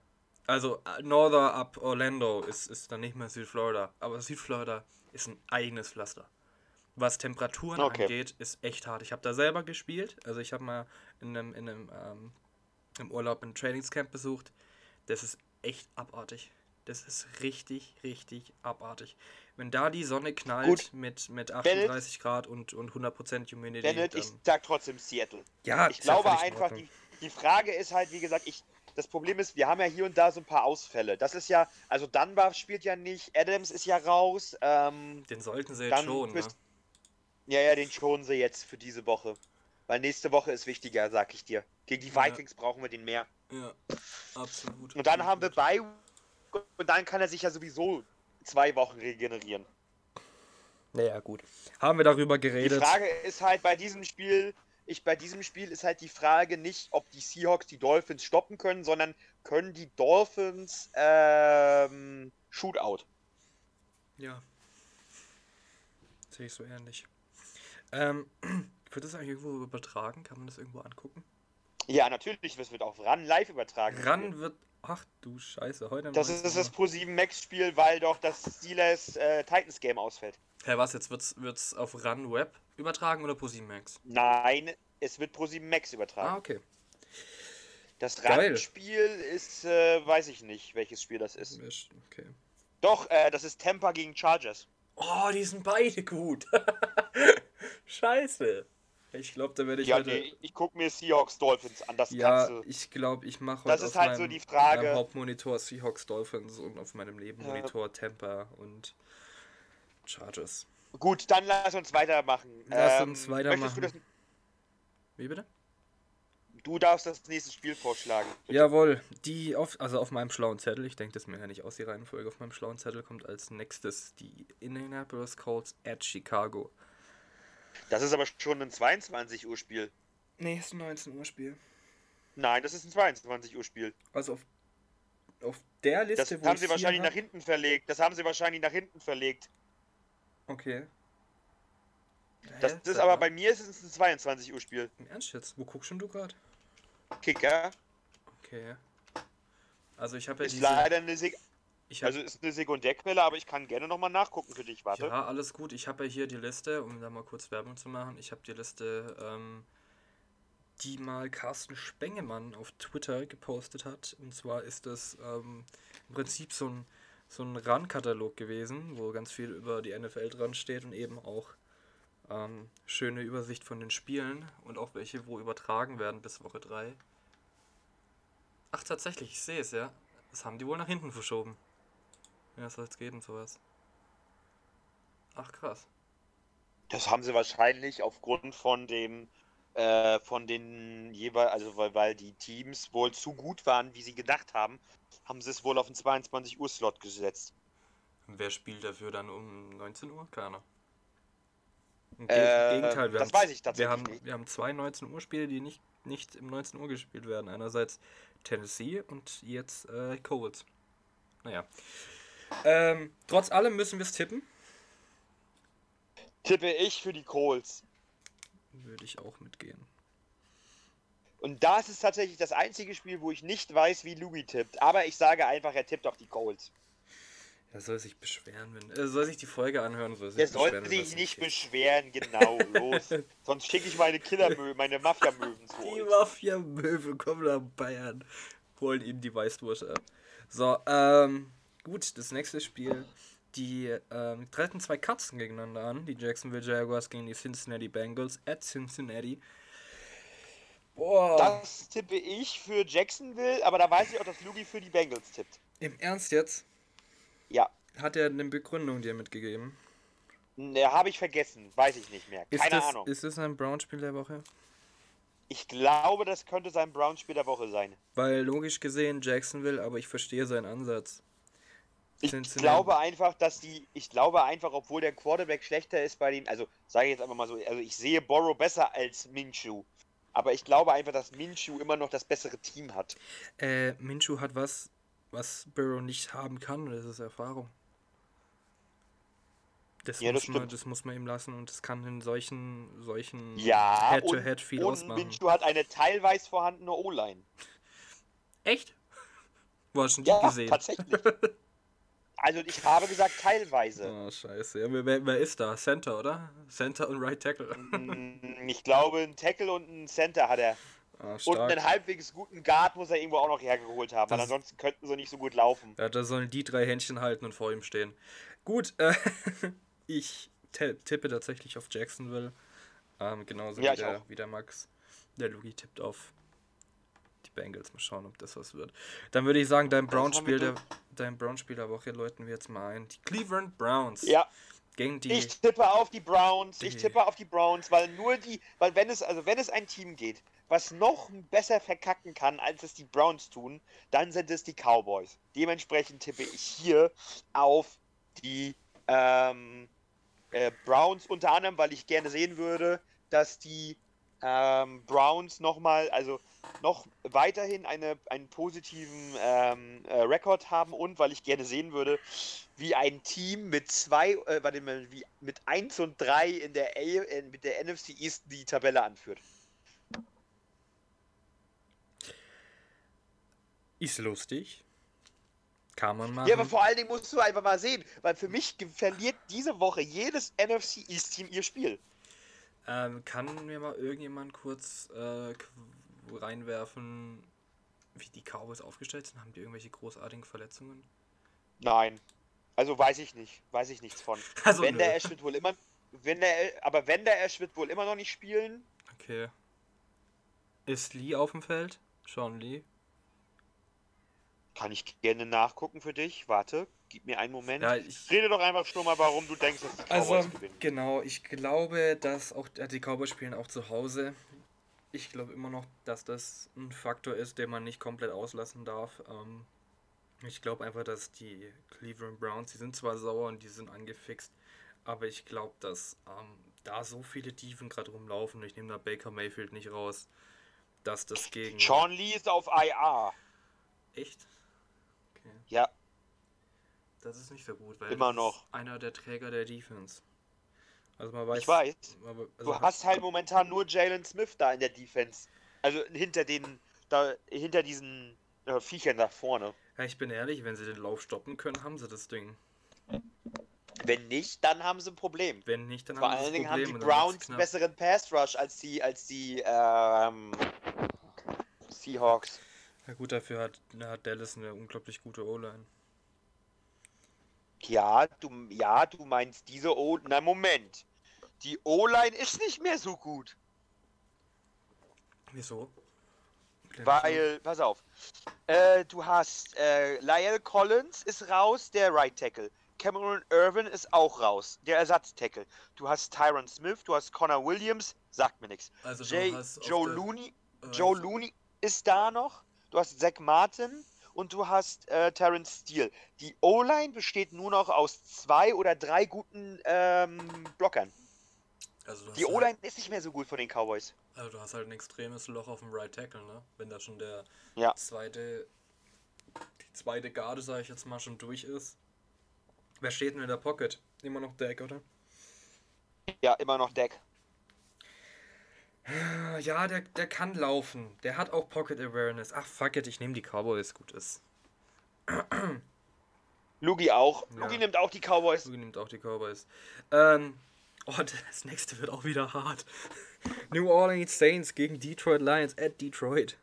Also Northern ab Orlando ist, ist dann nicht mehr Südflorida. Aber Südflorida ist ein eigenes Pflaster. Was Temperaturen Okay. angeht, ist echt hart. Ich habe da selber gespielt. Also ich habe mal in einem, in einem ähm, im Urlaub ein Trainingscamp besucht. Das ist echt abartig. Das ist richtig, richtig abartig. Wenn da die Sonne knallt Gut. mit, mit Bennett, achtunddreißig Grad und, und hundert Prozent Humidity, Bennett, ich dann... sag trotzdem Seattle. Ja, Ich ist ja glaube völlig in einfach, Ordnung. die, die Frage ist halt, wie gesagt, ich, das Problem ist, wir haben ja hier und da so ein paar Ausfälle. Das ist ja, also Dunbar spielt ja nicht, Adams ist ja raus, ähm, Den sollten sie jetzt dann schon, ne? fürs, ja, ja, den schonen sie jetzt für diese Woche. Weil nächste Woche ist wichtiger, sag ich dir. Gegen die Ja. Vikings brauchen wir den mehr. Ja, absolut. Und dann haben wir absolut. bei und dann kann er sich ja sowieso zwei Wochen regenerieren. Naja, gut. Haben wir darüber Die geredet. Frage ist halt bei diesem Spiel, ich bei diesem Spiel ist halt die Frage nicht, ob die Seahawks die Dolphins stoppen können, sondern können die Dolphins ähm, Shootout. Ja. Sehe ich so ähnlich. Ähm, wird das eigentlich irgendwo übertragen? Kann man das irgendwo angucken? Ja, natürlich, das wird auf RAN live übertragen. RAN wird... Ach du Scheiße, heute Das neunzehn ist Uhr. das ProSieben Max Spiel, weil doch das Steelers äh, Titans Game ausfällt. Hä, was jetzt? Wird's, wird's auf RAN Web übertragen oder ProSieben Max? Nein, es wird ProSieben Max Ah, übertragen. okay. Das Geil. RAN-Spiel ist, äh, weiß ich nicht, welches Spiel das ist. Okay. Doch, äh, das ist Tampa gegen Chargers. Oh, die sind beide gut. Scheiße. Ich glaube, da werde ich Ja, heute... nee, ich gucke mir Seahawks Dolphins an, das Ja, kannst du. ich glaube, ich mache heute Das ist auf halt meinem, so die Frage. meinem Hauptmonitor Seahawks Dolphins und auf meinem Nebenmonitor Tampa und Chargers. Gut, dann lass uns weitermachen. Lass Ähm, uns möchtest weitermachen. Du, das, Wie bitte? du darfst das nächste Spiel vorschlagen. bitte. Jawohl, die auf, also auf meinem schlauen Zettel, ich denke, das ist mir ja nicht aus, die Reihenfolge, auf meinem schlauen Zettel kommt als nächstes die Indianapolis Colts at Chicago. Das ist aber schon ein zweiundzwanzig Uhr Spiel. Nee, ist ein neunzehn Uhr Spiel. Nein, das ist ein zweiundzwanzig Uhr Spiel. Also auf, auf der Das Liste, wo haben ich sie wahrscheinlich hab, nach hinten verlegt. Das haben sie wahrscheinlich nach hinten verlegt. Okay. Das Hä? ist Seit aber wann? bei mir ist es ein zweiundzwanzig Uhr Spiel. Im Ernst jetzt? Wo guckst schon du gerade? Kicker Okay. Also ich habe ja ist diese... leider eine, Sek Ich hab, also ist eine Sekundärquelle, aber ich kann gerne nochmal nachgucken für dich. Warte. Ja, alles gut. Ich habe ja hier die Liste, um da mal kurz Werbung zu machen. Ich habe die Liste, ähm, die mal Carsten Spengemann auf Twitter gepostet hat. Und zwar ist das ähm, im Prinzip so ein, so ein RAN-Katalog gewesen, wo ganz viel über die N F L dran steht und eben auch ähm, schöne Übersicht von den Spielen und auch welche, wo übertragen werden bis Woche drei. Ach, tatsächlich, ich sehe es, ja. Das haben die wohl nach hinten verschoben. Ja, soll es geben, sowas. Ach, krass. Das haben sie wahrscheinlich aufgrund von dem, äh, von den jeweils, also weil, weil die Teams wohl zu gut waren, wie sie gedacht haben, haben sie es wohl auf den zweiundzwanzig Uhr Slot gesetzt. Und wer spielt dafür dann um neunzehn Uhr? Keiner. Im Ge Äh, Gegenteil, wir das haben, weiß ich wir, tatsächlich haben, nicht. wir haben zwei neunzehn Uhr Spiele, die nicht, nicht im neunzehn Uhr gespielt werden. Einerseits Tennessee und jetzt äh, Colts. Naja. Ähm, trotz allem müssen wir es tippen. Tippe ich für die Colts. Würde ich auch mitgehen. Und das ist tatsächlich das einzige Spiel, wo ich nicht weiß, wie Louis tippt. Aber ich sage einfach, er tippt auf die Colts. Er soll sich beschweren, wenn. Er soll sich die Folge anhören, soll sich Er beschweren, sollte wenn sich das nicht geht. beschweren, genau, los. Sonst schicke ich meine Killermöwen, meine Mafia-Möwen zu Die euch. Mafia-Möwe kommen nach Bayern. Holen ihnen die Weißwurst ab. So, ähm, gut, das nächste Spiel. Die ähm, treten zwei Katzen gegeneinander an. Die Jacksonville Jaguars gegen die Cincinnati Bengals at Cincinnati. Boah. Das tippe ich für Jacksonville, aber da weiß ich auch, dass Louis für die Bengals tippt. Im Ernst jetzt? Ja. Hat er eine Begründung dir mitgegeben? Ne, habe ich vergessen, weiß ich nicht mehr. Ist Keine das, Ahnung. Ist das ein Brown-Spiel der Woche? Ich glaube, das könnte sein Browns-Spiel der Woche sein. Weil logisch gesehen Jacksonville, aber ich verstehe seinen Ansatz. Ich Cincinnati- glaube einfach, dass die, ich glaube einfach, obwohl der Quarterback schlechter ist bei den, also sage ich jetzt einfach mal so, also ich sehe Burrow besser als Minshew. Aber ich glaube einfach, dass Minshew immer noch das bessere Team hat. Äh, Minshew hat was, was Burrow nicht haben kann, und das ist Erfahrung. Das, Ja, das muss man, stimmt. das muss man ihm lassen und das kann in solchen, solchen Ja, Head-to-Head viel und ausmachen. Minshew hat eine teilweise vorhandene O-Line. Echt? Wo hast du die Ja, gesehen? tatsächlich. Also ich habe gesagt teilweise. Oh, scheiße. Ja, wer, wer, wer ist da? Center, oder? Center und Right Tackle. Mm, Ich glaube, ein Tackle und ein Center hat er. Ah, Und stark. einen halbwegs guten Guard muss er irgendwo auch noch hergeholt haben, weil Das, ansonsten könnten sie nicht so gut laufen. ja, da sollen die drei Händchen halten und vor ihm stehen. Gut, äh, ich t- tippe tatsächlich auf Jacksonville. Ähm, genauso Ja, wie ich der, auch. wie der Max. Der Lugi tippt auf die Bengals. Mal schauen, ob das was wird. Dann würde ich sagen, dein Das haben wir Brown-Spiel der, durch. dein Brown-Spiel der Woche läuten wir jetzt mal ein. Die Cleveland Browns Ja, gegen ich die, tippe auf die Browns. Ich die tippe auf die Browns, weil nur die, weil wenn es, also wenn es ein Team geht, was noch besser verkacken kann, als es die Browns tun, dann sind es die Cowboys. Dementsprechend tippe ich hier auf die ähm, äh, Browns unter anderem, weil ich gerne sehen würde, dass die ähm, Browns nochmal, also noch weiterhin eine, einen positiven ähm, äh, Rekord haben und weil ich gerne sehen würde, wie ein Team mit zwei, äh, warte mal, wie mit eins und drei in der A, äh, mit der N F C East die Tabelle anführt. ist lustig. Kann man Ja, aber machen. vor allen Dingen musst du einfach mal sehen, weil für mich ge- verliert diese Woche jedes N F C East Team ihr Spiel. Ähm, kann mir mal irgendjemand kurz äh, reinwerfen, wie die Cowboys aufgestellt sind? Haben die irgendwelche großartigen Verletzungen? Nein. Also weiß ich nicht. Weiß ich nichts von. Also Wenn der nö. Ash wird wohl immer. Wenn der, aber wenn der Ash wird wohl immer noch nicht spielen. Okay. Ist Lee auf dem Feld? Sean Lee? Kann ich gerne nachgucken für dich. Warte, gib mir einen Moment. Ja, ich. Rede doch einfach schon mal, warum du denkst, dass die Also, Cowboys gewinnen. genau, ich glaube, dass auch äh, die Cowboys spielen auch zu Hause. Ich glaube immer noch, dass das ein Faktor ist, den man nicht komplett auslassen darf. Ähm, ich glaube einfach, dass die Cleveland Browns, die sind zwar sauer und die sind angefixt, aber ich glaube, dass ähm, da so viele Tiefen gerade rumlaufen, ich nehme da Baker Mayfield nicht raus, dass das gegen... Sean Lee ist auf I R. Echt? Okay. Ja, Das ist nicht so gut, weil das immer ist noch. einer der Träger der Defense. Also man Ich weiß, weiß. aber, Du also, hast halt momentan nur Jalen Smith da in der Defense. Also hinter den, da, hinter diesen äh, Viechern da vorne. ja, ich bin ehrlich, wenn sie den Lauf stoppen können, haben sie das Ding. Wenn nicht, dann haben sie ein Problem. Wenn nicht, dann Vor haben sie das allen Dingen haben die Problem und dann wird es Browns einen knapp. besseren Pass Rush als die, als die ähm, Seahawks. Ja gut, dafür hat, hat Dallas eine unglaublich gute O-Line. Ja, du, ja, du meinst diese O. Na Moment. Die O-Line ist nicht mehr so gut. Wieso? Weil, pass auf. Äh, du hast äh, Lyle Collins ist raus, der Right Tackle. Cameron Irvin ist auch raus, der Ersatztackle. Du hast Tyron Smith, du hast Connor Williams, sagt mir nichts. Also du Jay, hast auf Joe der Looney, Joe Right, Looney ist da noch. Du hast Zach Martin und du hast äh, Terrence Steele. Die O-Line besteht nur noch aus zwei oder drei guten ähm, Blockern. also du Die hast halt, O-Line ist nicht mehr so gut von den Cowboys. also du hast halt ein extremes Loch auf dem Right Tackle, ne? Wenn da schon der Ja, zweite, die zweite Garde, sage ich jetzt mal, schon durch ist. Wer steht denn in der Pocket? Immer noch Dak, oder? ja, immer noch Deck. Ja, der, der kann laufen. Der hat auch Pocket Awareness. Ach, fuck it, ich nehme die Cowboys, gut ist. Lugi auch. Ja. Lugi nimmt auch die Cowboys. Lugi nimmt auch die Cowboys. Ähm, oh, das nächste wird auch wieder hart. New Orleans Saints gegen Detroit Lions at Detroit.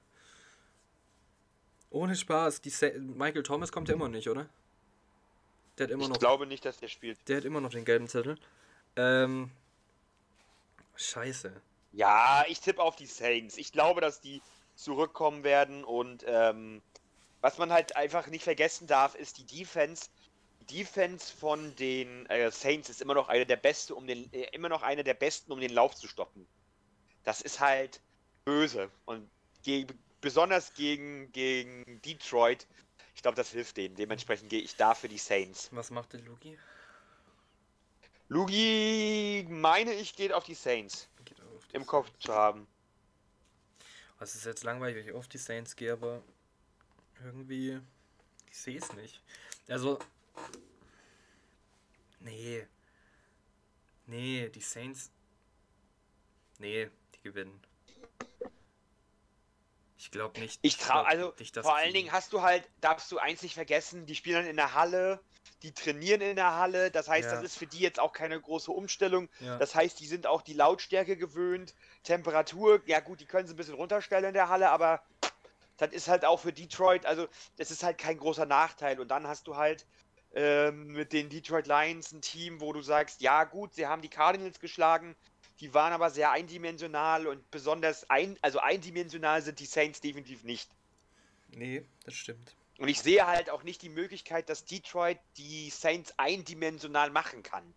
Ohne Spaß, die Sa Michael Thomas kommt ja immer nicht, oder? Der hat immer Ich noch, glaube nicht, dass der spielt. der hat immer noch den gelben Zettel. Ähm, scheiße. Ja, ich tippe auf die Saints. Ich glaube, dass die zurückkommen werden und ähm, was man halt einfach nicht vergessen darf, ist die Defense. Die Defense von den äh, Saints ist immer noch eine der beste, um den äh, immer noch eine der besten, um den Lauf zu stoppen. Das ist halt böse und ge besonders gegen gegen Detroit. Ich glaube, das hilft denen. Dementsprechend gehe ich da für die Saints. Was macht der Lugi? Lugi, meine ich, geht auf die Saints Geht auf die im Kopf Saints. zu haben. Es ist jetzt langweilig, wenn ich auf die Saints gehe, aber irgendwie, ich sehe es nicht. Also, nee. Nee, die Saints, nee, die gewinnen. Ich glaube nicht. Ich traue, also nicht, dass vor allen die- Dingen hast du halt, darfst du eins nicht vergessen, die spielen in der Halle, die trainieren in der Halle, das heißt, Ja. das ist für die jetzt auch keine große Umstellung. Ja. Das heißt, die sind auch die Lautstärke gewöhnt, Temperatur, ja gut, die können sie ein bisschen runterstellen in der Halle, aber das ist halt auch für Detroit, also das ist halt kein großer Nachteil. Und dann hast du halt ähm, mit den Detroit Lions ein Team, wo du sagst, ja gut, sie haben die Cardinals geschlagen, die waren aber sehr eindimensional und besonders ein, also eindimensional sind die Saints definitiv nicht. Nee, das stimmt. Und ich sehe halt auch nicht die Möglichkeit, dass Detroit die Saints eindimensional machen kann.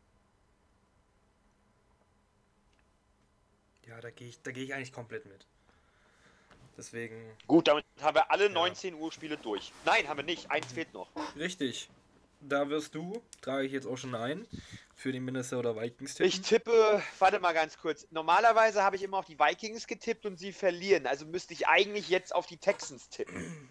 Ja, da gehe ich, da gehe ich eigentlich komplett mit. Deswegen. Gut, damit haben wir alle Ja. neunzehn Uhr Spiele durch. Nein, haben wir nicht. Eins fehlt noch. Richtig. Da wirst du, trage ich jetzt auch schon ein, für die Minnesota Vikings tippen. Ich tippe, warte mal ganz kurz. Normalerweise habe ich immer auf die Vikings getippt und sie verlieren. Also müsste ich eigentlich jetzt auf die Texans tippen.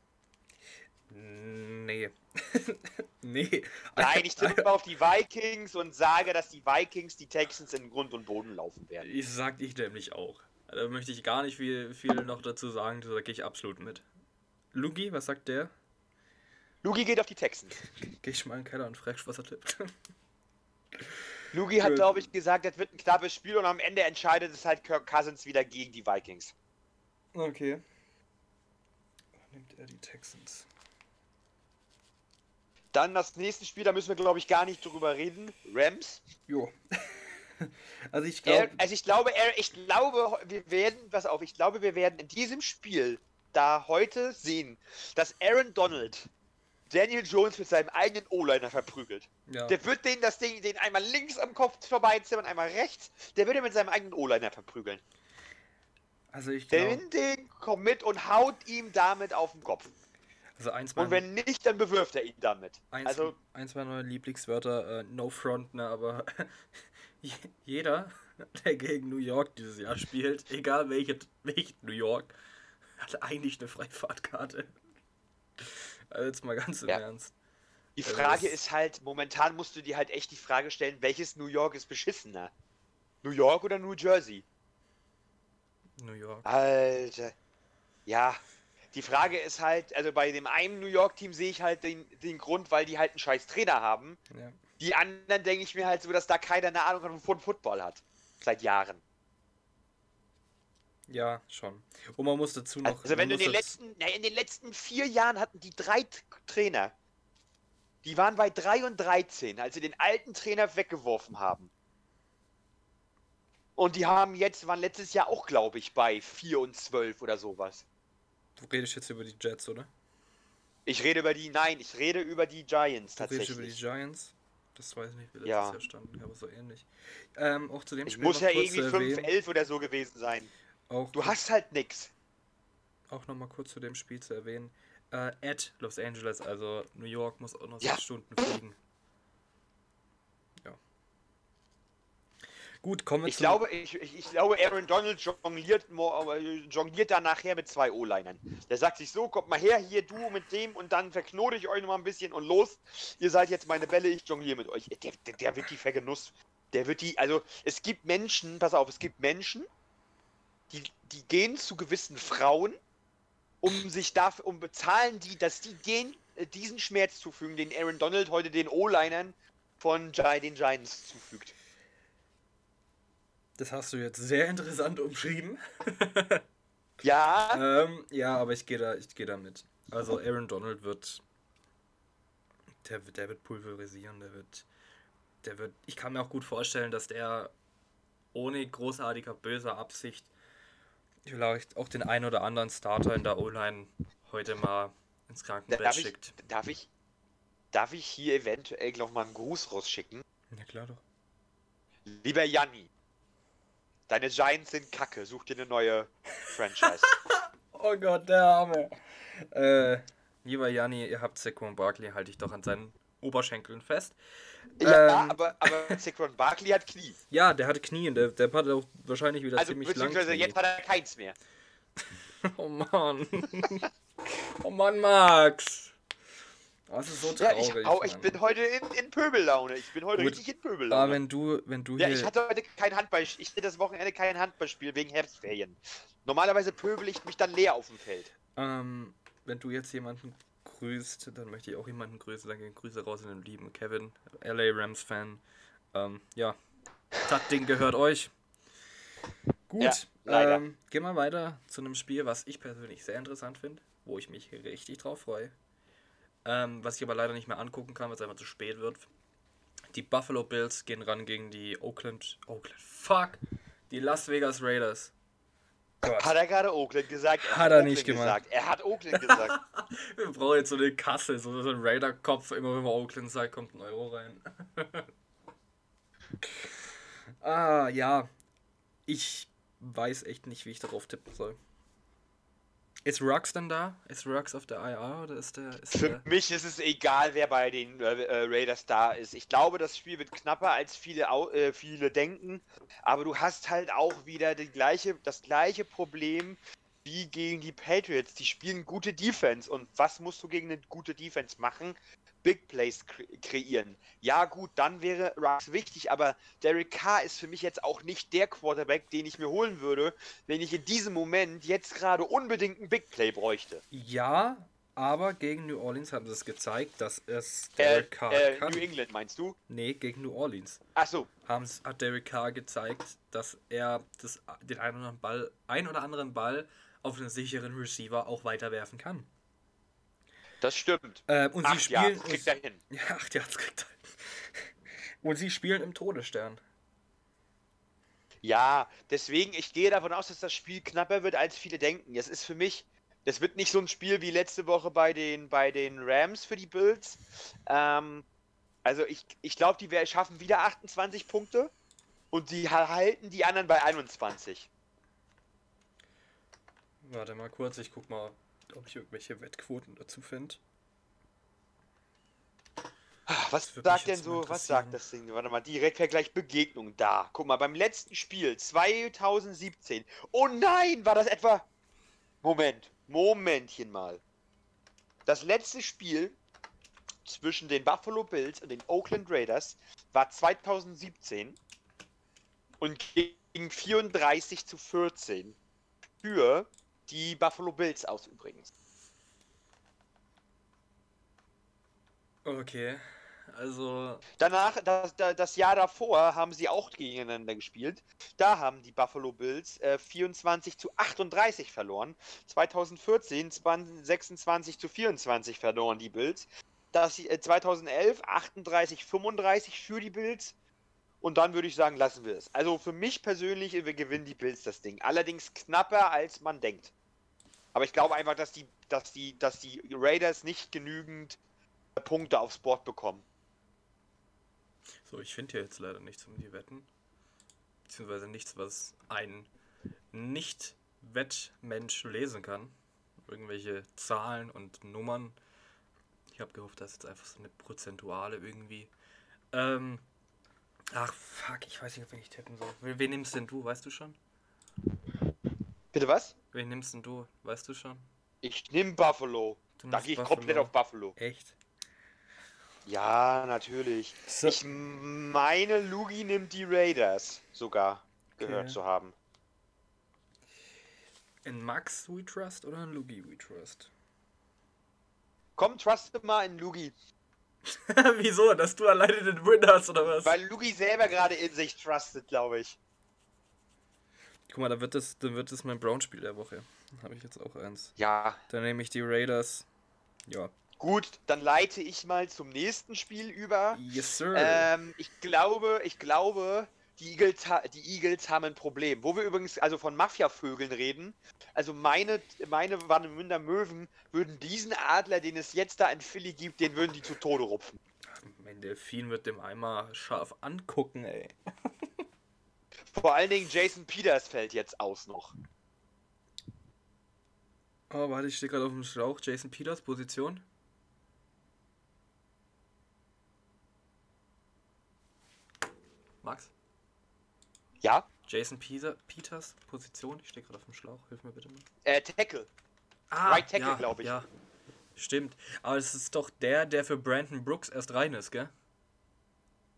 Nee. nee. Nein, ich tippe auf die Vikings und sage, dass die Vikings die Texans in Grund und Boden laufen werden. Ich sag ich nämlich auch. Da möchte ich gar nicht viel, viel noch dazu sagen, da gehe ich absolut mit. Lugi, was sagt der? Lugi geht auf die Texans. Geh ich mal in den Keller und frag, was er tippt. Lugi hat, Gut. glaube ich, gesagt, das wird ein knappes Spiel und am Ende entscheidet es halt Kirk Cousins wieder gegen die Vikings. Okay. Nimmt er die Texans. Dann das nächste Spiel, da müssen wir, glaube ich, gar nicht drüber reden. Rams. Jo. Also ich Er, glaube. also ich glaube, er, ich glaube, wir werden, pass auf, ich glaube, wir werden in diesem Spiel da heute sehen, dass Aaron Donald Daniel Jones mit seinem eigenen O-Liner verprügelt. Ja. Der wird den das Ding, den einmal links am Kopf vorbeizimmern, einmal rechts. Der wird ihn mit seinem eigenen O-Liner verprügeln. Also ich Der glaube. nimmt den, kommt mit und haut ihm damit auf den Kopf. Also eins Und wenn nicht, dann bewirft er ihn damit. Eins, Also, eins meiner Lieblingswörter, äh, no front, ne, aber jeder, der gegen New York dieses Jahr spielt, egal welche, welche New York, hat eigentlich eine Freifahrtkarte. Also jetzt mal ganz im Ja. Ernst. die Also Frage das- ist halt, momentan musst du dir halt echt die Frage stellen, welches New York ist beschissener? New York oder New Jersey? New York. Alter. Ja. Die Frage ist halt, also bei dem einen New York-Team sehe ich halt den, den Grund, weil die halt einen scheiß Trainer haben. Ja. Die anderen denke ich mir halt so, dass da keiner eine Ahnung von Football hat. Seit Jahren. Ja, schon. Und man muss dazu noch. Also wenn man du in den muss dazu- letzten, na, in den letzten vier Jahren hatten die drei T- Trainer. Die waren bei drei und dreizehn, als sie den alten Trainer weggeworfen haben. Und die haben jetzt, waren letztes Jahr auch, glaube ich, bei vier und zwölf oder sowas. Du redest jetzt über die Jets, oder? Ich rede über die, nein, ich rede über die Giants Du redest über die tatsächlich. Giants? Das weiß ich nicht, wie letztes Ja. Jahr standen, aber so ähnlich. Ähm, auch zu dem Ich Spiel muss noch ja kurz irgendwie zu erwähnen, fünf elf oder so gewesen sein. auch, Du hast halt nix. auch nochmal kurz zu dem Spiel zu erwähnen. Äh, at Los Angeles, also New York muss auch noch Ja. sechs Stunden fliegen. Ja. Gut, kommen wir Ich zum- glaube, ich, ich, ich glaube, Aaron Donald jongliert, mo- äh, jongliert dann nachher mit zwei O-Linern. Der sagt sich so, kommt mal her, hier du mit dem und dann verknote ich euch noch mal ein bisschen und los. Ihr seid jetzt meine Bälle, ich jongliere mit euch. Der, der, der wird die Vergenuss. Der wird die, also es gibt Menschen, pass auf, es gibt Menschen, die, die gehen zu gewissen Frauen, um sich dafür, um bezahlen die, dass die den, äh, diesen Schmerz zufügen, den Aaron Donald heute den O-Linern von Gi- den Giants zufügt. Das hast du jetzt sehr interessant umschrieben. Ja, ähm, ja, aber ich gehe da, ich gehe da mit. Also Aaron Donald wird, der, wird- der wird pulverisieren, der wird, der wird, ich kann mir auch gut vorstellen, dass der ohne großartiger böser Absicht vielleicht auch den einen oder anderen Starter in der O-Line heute mal ins Krankenbett darf ich, schickt. darf ich, darf ich hier eventuell noch mal einen Gruß rausschicken? Ja klar doch. Lieber Janni, deine Giants sind kacke, such dir eine neue Franchise. Oh Gott, der Arme. Äh, lieber Janni, ihr habt Saquon Barkley, halte ich doch an seinen Oberschenkeln fest. Ja, Ähm, aber, aber Saquon Barkley hat Knie. Ja, der hatte Knie und der, der hat auch wahrscheinlich wieder Also ziemlich lang beziehungsweise Knie. jetzt hat er keins mehr. Oh Mann. Oh Mann, Max. Das ist so Ja, traurig. ich, au, ich Mann. bin heute in, in Pöbellaune. Ich bin heute Gut. richtig in Aber Pöbellaune. wenn du, wenn du Ja, hier... ich hatte heute kein Handball. Ich hatte das Wochenende kein Handballspiel wegen Herbstferien. Normalerweise pöbel ich mich dann leer auf dem Feld. Ähm, wenn du jetzt jemanden grüßt, dann möchte ich auch jemanden grüßen. Dann gehen Grüße raus in den lieben Kevin, L A Rams Fan. Ähm, ja, das Ding gehört euch. Gut, Ja, leider. ähm, gehen wir weiter zu einem Spiel, was ich persönlich sehr interessant finde, wo ich mich richtig drauf freue. Ähm, was ich aber leider nicht mehr angucken kann, weil es einfach zu spät wird. Die Buffalo Bills gehen ran gegen die Oakland, Oakland, fuck, die Las Vegas Raiders. Gott. Hat er gerade Oakland gesagt? Er hat, hat er Oakland nicht gemacht. gesagt. Er hat Oakland gesagt. Wir brauchen jetzt so eine Kasse, so ein Raider-Kopf. Immer wenn man Oakland sagt, kommt ein Euro rein. ah, ja. Ich weiß echt nicht, wie ich darauf tippen soll. Ist Rux denn da? Ist Rux auf der I R oder ist der... Ist Für der... mich ist es egal, wer bei den äh, Raiders da ist. Ich glaube, das Spiel wird knapper, als viele, äh, viele denken. Aber du hast halt auch wieder die gleiche, das gleiche Problem wie gegen die Patriots. Die spielen gute Defense. Und was musst du gegen eine gute Defense machen? Big Plays kre kreieren. Ja gut, dann wäre Rux wichtig, aber Derek Carr ist für mich jetzt auch nicht der Quarterback, den ich mir holen würde, wenn ich in diesem Moment jetzt gerade unbedingt ein Big Play bräuchte. Ja, aber gegen New Orleans haben sie es gezeigt, dass es Derek äh, Carr äh, kann. New England meinst du? Nee, gegen New Orleans. Ach so. Haben, hat Derek Carr gezeigt, dass er das, den einen oder anderen Ball, ein oder anderen Ball auf einen sicheren Receiver auch weiterwerfen kann. Das stimmt. Ähm, und acht sie spielen. Yards kriegt er hin. Ja, acht Yards kriegt er hin. Und sie spielen im Todesstern. Ja, deswegen, ich gehe davon aus, dass das Spiel knapper wird, als viele denken. Es ist für mich, das wird nicht so ein Spiel wie letzte Woche bei den, bei den Rams für die Bills. Ähm, also ich, ich glaube, die schaffen wieder achtundzwanzig Punkte und die halten die anderen bei einundzwanzig. Warte mal kurz, ich guck mal, ob ich irgendwelche Wettquoten dazu finde. Was sagt denn so, was sagt das Ding? Warte mal, Direktvergleich Begegnung da. Guck mal, beim letzten Spiel zweitausendsiebzehn. Oh nein, war das etwa... Moment, Momentchen mal. Das letzte Spiel zwischen den Buffalo Bills und den Oakland Raiders war zweitausendsiebzehn und ging vierunddreißig zu vierzehn für die Buffalo Bills aus übrigens. Okay, also... Danach, das, das Jahr davor, haben sie auch gegeneinander gespielt. Da haben die Buffalo Bills äh, vierundzwanzig zu achtunddreißig verloren. zweitausendvierzehn sechsundzwanzig zu vierundzwanzig verloren die Bills. Das, äh, zweitausendelf achtunddreißig fünfunddreißig für die Bills. Und dann würde ich sagen, lassen wir es. Also für mich persönlich, wir gewinnen die Bills das Ding. Allerdings knapper, als man denkt. Aber ich glaube einfach, dass die, dass die, dass die Raiders nicht genügend Punkte aufs Board bekommen. So, ich finde hier jetzt leider nichts um die Wetten. Beziehungsweise nichts, was ein Nicht-Wettmensch lesen kann. Irgendwelche Zahlen und Nummern. Ich habe gehofft, dass jetzt einfach so eine prozentuale irgendwie. Ähm. Ach, fuck, ich weiß nicht, ob ich tippen soll. Wen, wen nimmst denn du, weißt du schon? Bitte was? Wen nimmst denn du, weißt du schon? Ich nehme Buffalo. Du Da nimmst gehe ich Buffalo. komplett auf Buffalo. Echt? Ja, natürlich. So. Ich meine, Lugi nimmt die Raiders sogar gehört Okay. zu haben. In Max We Trust oder in Lugi We Trust? Komm, truste mal in Lugi. Wieso? Dass du alleine den Win hast, oder was? Weil Lugi selber gerade in sich trustet, glaube ich. Guck mal, da wird das, dann wird das mein Brown-Spiel der Woche. Dann habe ich jetzt auch eins. Ja. Dann nehme ich die Raiders. Ja. Gut, dann leite ich mal zum nächsten Spiel über. Yes, sir. Ähm, ich glaube, ich glaube, die Eagles, ha die Eagles haben ein Problem. Wo wir übrigens also von Mafia-Vögeln reden. Also meine, meine Warnemünder Möwen würden diesen Adler, den es jetzt da in Philly gibt, den würden die zu Tode rupfen. Mein Delfin wird dem einmal scharf angucken, ey. Vor allen Dingen Jason Peters fällt jetzt aus noch. Oh, warte, ich stehe gerade auf dem Schlauch. Jason Peters, Position. Max? Ja? Jason Peter, Peters, Position. Ich stehe gerade auf dem Schlauch. Hilf mir bitte mal. Äh, Tackle. Ah, Right Tackle, ja, glaube ich. Ja, stimmt. Aber es ist doch der, der für Brandon Brooks erst rein ist, gell?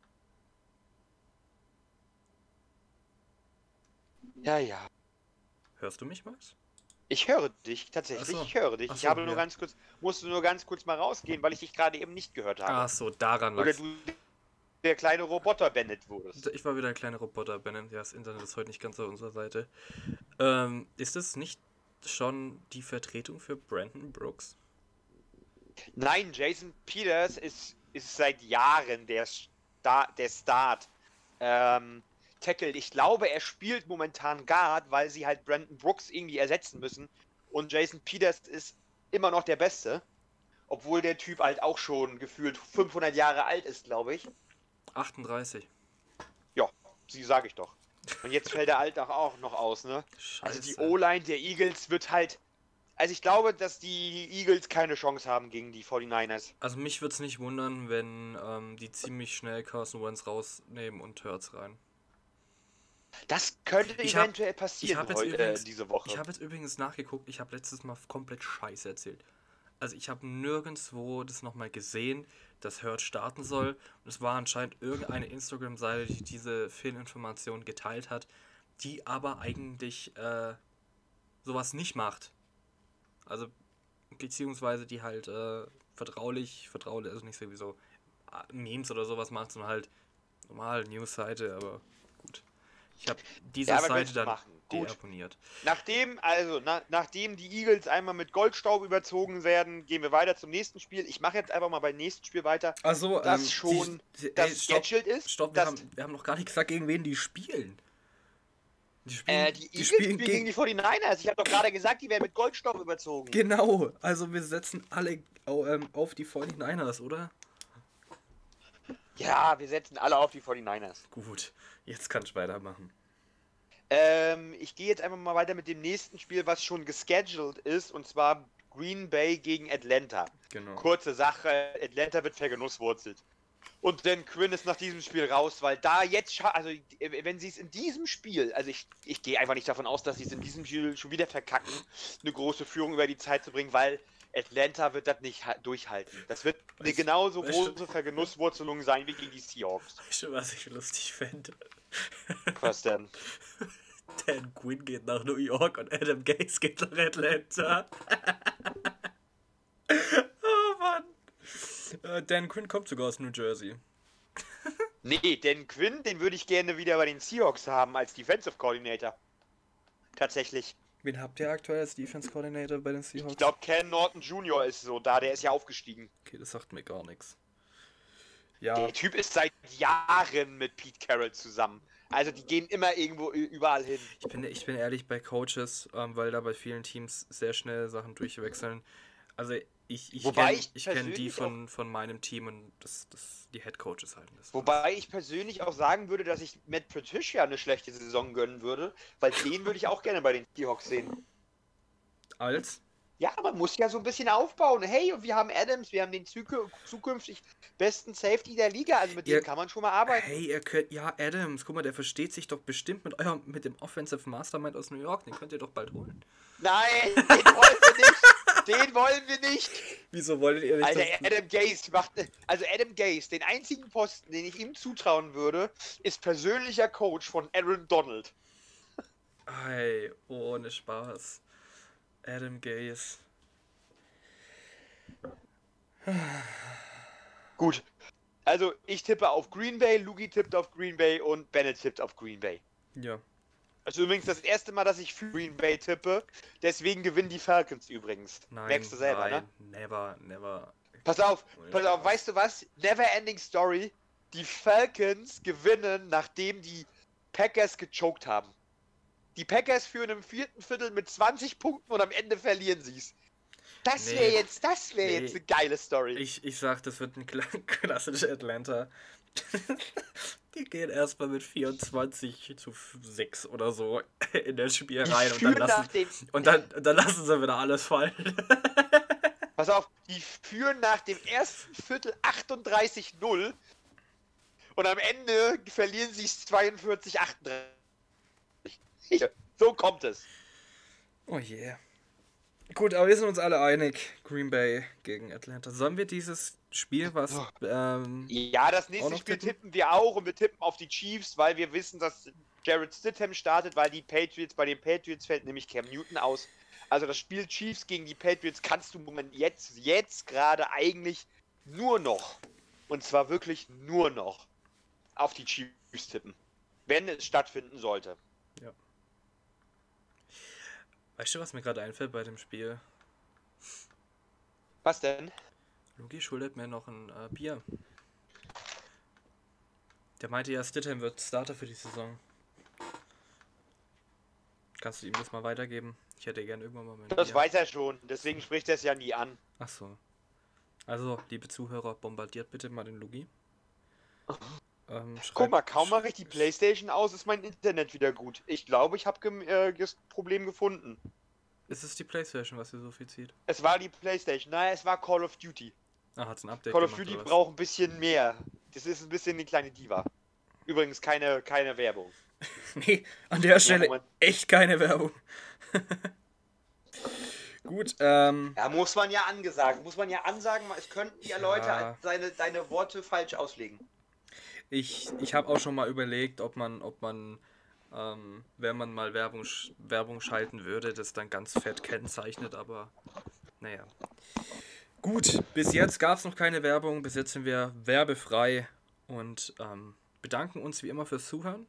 Ja, ja. Hörst du mich, Max? Ich höre dich, tatsächlich, Ach so. ich höre dich. Ach Ich so, habe nur ja. ganz kurz, musste nur ganz kurz mal rausgehen, weil ich dich gerade eben nicht gehört habe. Ach so, daran Oder lag's. du der kleine Roboter Bennett wurdest. Ich war wieder ein kleiner Roboter, Bennett. Ja, das Internet ist heute nicht ganz auf unserer Seite. Ähm, ist es nicht schon die Vertretung für Brandon Brooks? Nein, Jason Peters ist, ist seit Jahren der, Star, der Start. Ähm, Tackle. Ich glaube, er spielt momentan Guard, weil sie halt Brandon Brooks irgendwie ersetzen müssen. Und Jason Peters ist immer noch der Beste. Obwohl der Typ halt auch schon gefühlt fünfhundert Jahre alt ist, glaube ich. achtunddreißig. Ja, sie sage ich doch. Und jetzt fällt der Alltag auch noch aus, ne? Scheiße. Also die O-Line der Eagles wird halt... Also ich glaube, dass die Eagles keine Chance haben gegen die forty-niners. Also mich würde es nicht wundern, wenn ähm, die ziemlich schnell Carson Wentz rausnehmen und Hurts rein. Das könnte Ich hab- eventuell Ich passieren habe jetzt, heute, übrigens- äh, diese Woche. ich hab jetzt übrigens nachgeguckt, ich habe letztes Mal komplett Scheiße erzählt. Also ich habe nirgendwo das nochmal gesehen, dass Hurts starten soll. Und es war anscheinend irgendeine Instagram-Seite, die diese Fehlinformation geteilt hat, die aber eigentlich äh, sowas nicht macht. Also, beziehungsweise die halt äh, vertraulich, vertraulich, also nicht sowieso äh, Memes oder sowas macht, sondern halt normal News-Seite, aber gut. Ich habe diese Ja, aber Seite kannst du dann machen. Gut. deabonniert. Nachdem, also, na, nachdem die Eagles einmal mit Goldstaub überzogen werden, gehen wir weiter zum nächsten Spiel. Ich mache jetzt einfach mal beim nächsten Spiel weiter, Also, das schon das scheduled ist. Stopp, wir, das, haben, wir haben noch gar nicht gesagt, gegen wen die spielen. Die äh, die Eagles spielen gegen die forty-niners. Ich habe doch gerade gesagt, die werden mit Goldstaub überzogen. Genau, also wir setzen alle au- ähm, auf die forty-niners, oder? Ja, wir setzen alle auf die forty-niners. Gut, jetzt kann ich weitermachen. Ähm, ich gehe jetzt einfach mal weiter mit dem nächsten Spiel, was schon gescheduled ist, und zwar Green Bay gegen Atlanta. Genau. Kurze Sache, Atlanta wird vergenusswurzelt. Und Dan Quinn ist nach diesem Spiel raus, weil da jetzt, scha- also äh, wenn sie es in diesem Spiel, also ich, ich gehe einfach nicht davon aus, dass sie es in diesem Spiel schon wieder verkacken, eine große Führung über die Zeit zu bringen, weil Atlanta wird das nicht ha- durchhalten. Das wird eine Weißt- genauso weißt du- große Vergenusswurzelung sein wie gegen die Seahawks. Weißt du, was ich lustig fände? Was denn? Dan Quinn geht nach New York und Adam Gase geht nach Atlanta. Oh Mann. Äh, Dan Quinn kommt sogar aus New Jersey. Nee, Dan Quinn, den würde ich gerne wieder bei den Seahawks haben als Defensive Coordinator. Tatsächlich. Wen habt ihr aktuell als Defense Coordinator bei den Seahawks? Ich glaube, Ken Norton Junior ist so da, der ist ja aufgestiegen. Okay, das sagt mir gar nichts. Ja, Der Typ ist seit Jahren mit Pete Carroll zusammen. Also die gehen immer irgendwo ü- überall hin. ich bin, ich bin ehrlich bei Coaches, ähm, weil da bei vielen Teams sehr schnell Sachen durchwechseln. Also ich, ich Wobei kenne ich ich kenn die persönlich von, von meinem Team und das, das, die Head Coaches halten das. Wobei ich persönlich auch sagen würde, dass ich Matt Patricia eine schlechte Saison gönnen würde, weil den würde ich auch gerne bei den Seahawks sehen. Als? Ja, man muss ja so ein bisschen aufbauen. Hey, und wir haben Adams, wir haben den zukü- zukünftig besten Safety der Liga, also mit Ihr- dem kann man schon mal arbeiten. Hey, ihr könnt, ja, Adams, guck mal, der versteht sich doch bestimmt mit eurem, mit dem Offensive Mastermind aus New York, den könnt ihr doch bald holen. Nein, den wollen wir nicht. Den wollen wir nicht. Wieso wolltet ihr nicht Alter, das- Adam Gase macht. Also Adam Gase, den einzigen Posten, den ich ihm zutrauen würde, ist persönlicher Coach von Aaron Donald. Hey, ohne Spaß. Adam Gase. Gut. Also ich tippe auf Green Bay, Lugi tippt auf Green Bay und Bennett tippt auf Green Bay. Ja. Also übrigens das erste Mal, dass ich für Green Bay tippe. Deswegen gewinnen die Falcons übrigens. Nein, Merkst du selber, nein, ne? never, never. Pass auf, Ohne pass auf, Spaß. weißt du was? Never ending story. Die Falcons gewinnen, nachdem die Packers gechoked haben. Die Packers führen im vierten Viertel mit zwanzig Punkten und am Ende verlieren sie es. Das Nee. wäre jetzt, das wäre Nee. jetzt eine geile Story. Ich, ich sag, das wird ein kla- klassischer Atlanta. Die gehen erstmal mit vierundzwanzig zu sechs oder so in das Spiel Die rein und dann, führen nach lassen, dem, und, dann, und dann lassen sie wieder alles fallen. pass auf, die führen nach dem ersten Viertel achtunddreißig null und am Ende verlieren sie es zweiundvierzig achtunddreißig. So kommt es. Oh je. Yeah. Gut, aber wir sind uns alle einig. Green Bay gegen Atlanta. Sollen wir dieses Spiel, was... Ähm, ja, das nächste Spiel tippen? tippen wir auch und wir tippen auf die Chiefs, weil wir wissen, dass Jarrett Stidham startet, weil die Patriots, bei den Patriots fällt nämlich Cam Newton aus. Also das Spiel Chiefs gegen die Patriots kannst du im Moment jetzt, jetzt gerade eigentlich nur noch, und zwar wirklich nur noch, auf die Chiefs tippen. Wenn es stattfinden sollte. Ja. Weißt du, was mir gerade einfällt bei dem Spiel? Was denn? Luki schuldet mir noch ein äh, Bier. Der meinte ja, Stidham wird Starter für die Saison. Kannst du ihm das mal weitergeben? Ich hätte gerne irgendwann mal mein Das Bier. weiß er schon, deswegen spricht er es ja nie an. Ach so. Also, liebe Zuhörer, bombardiert bitte mal den Lugi. Ähm, Guck mal, kaum mache ich die Playstation aus, ist mein Internet wieder gut. Ich glaube, ich habe äh, das Problem gefunden. Ist es die Playstation, was hier so viel zieht? Es war die Playstation, nein, es war Call of Duty. Ah, hat's ein Update Call of gemacht, Duty oder was? braucht ein bisschen mehr. Das ist ein bisschen eine kleine Diva. Übrigens keine, keine Werbung. Nee, an der Stelle Moment. echt keine Werbung. Gut, ähm... Ja, muss man ja angesagt, muss man ja ansagen, es könnten ja, Ja. Leute seine, deine Worte falsch auslegen. Ich, ich habe auch schon mal überlegt, ob man, ob man, ähm, wenn man mal Werbung, sch- Werbung schalten würde, das dann ganz fett kennzeichnet, aber naja. Gut, bis jetzt gab es noch keine Werbung, bis jetzt sind wir werbefrei und ähm, bedanken uns wie immer fürs Zuhören.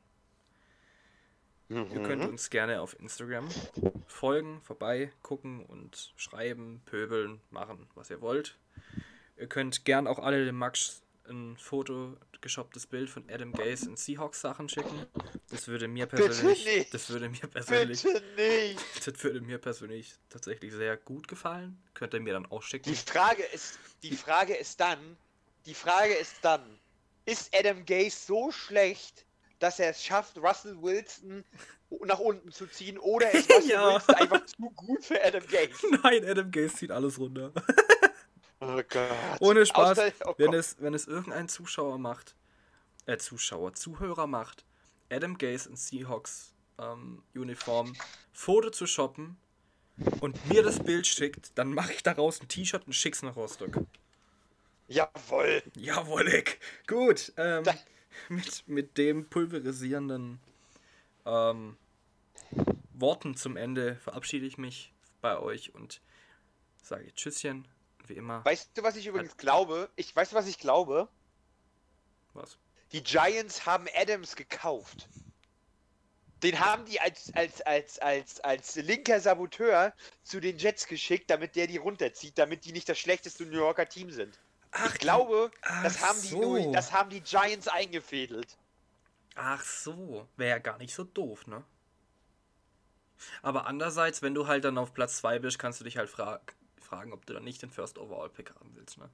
Mhm. Ihr könnt uns gerne auf Instagram folgen, vorbei gucken und schreiben, pöbeln, machen, was ihr wollt. Ihr könnt gern auch alle dem Max ein photoshopptes Bild von Adam Gase in Seahawks-Sachen schicken. Das würde mir persönlich, Bitte nicht. das würde mir persönlich, Bitte nicht! das würde mir persönlich tatsächlich sehr gut gefallen. Könnt ihr mir dann auch schicken. Die Frage ist, die Frage ist dann, die Frage ist dann, ist Adam Gase so schlecht, dass er es schafft, Russell Wilson nach unten zu ziehen, oder ist Russell Ja. Wilson einfach zu gut für Adam Gase? Nein, Adam Gase zieht alles runter. Oh Gott. Ohne Spaß, Außer- oh wenn Gott. es, wenn es irgendein Zuschauer macht, äh, Zuschauer, Zuhörer macht, Adam Gase in Seahawks ähm, Uniform Foto zu shoppen und mir das Bild schickt, dann mache ich daraus ein T-Shirt und schick's nach Rostock. Jawohl. Jawollig. Gut, ähm, Da- mit, mit dem pulverisierenden ähm, Worten zum Ende verabschiede ich mich bei euch und sage Tschüsschen, wie immer. Weißt du, was ich übrigens glaube? Ich weißt du, was ich glaube? Was? Die Giants haben Adams gekauft. Den haben die als, als, als, als, als linker Saboteur zu den Jets geschickt, damit der die runterzieht, damit die nicht das schlechteste New Yorker Team sind. Ach, ich glaube, ach das haben, die, so. das haben die Giants eingefädelt. Ach so, wäre ja gar nicht so doof, ne? Aber andererseits, wenn du halt dann auf Platz zwei bist, kannst du dich halt fra- fragen, ob du dann nicht den First Overall Pick haben willst, ne?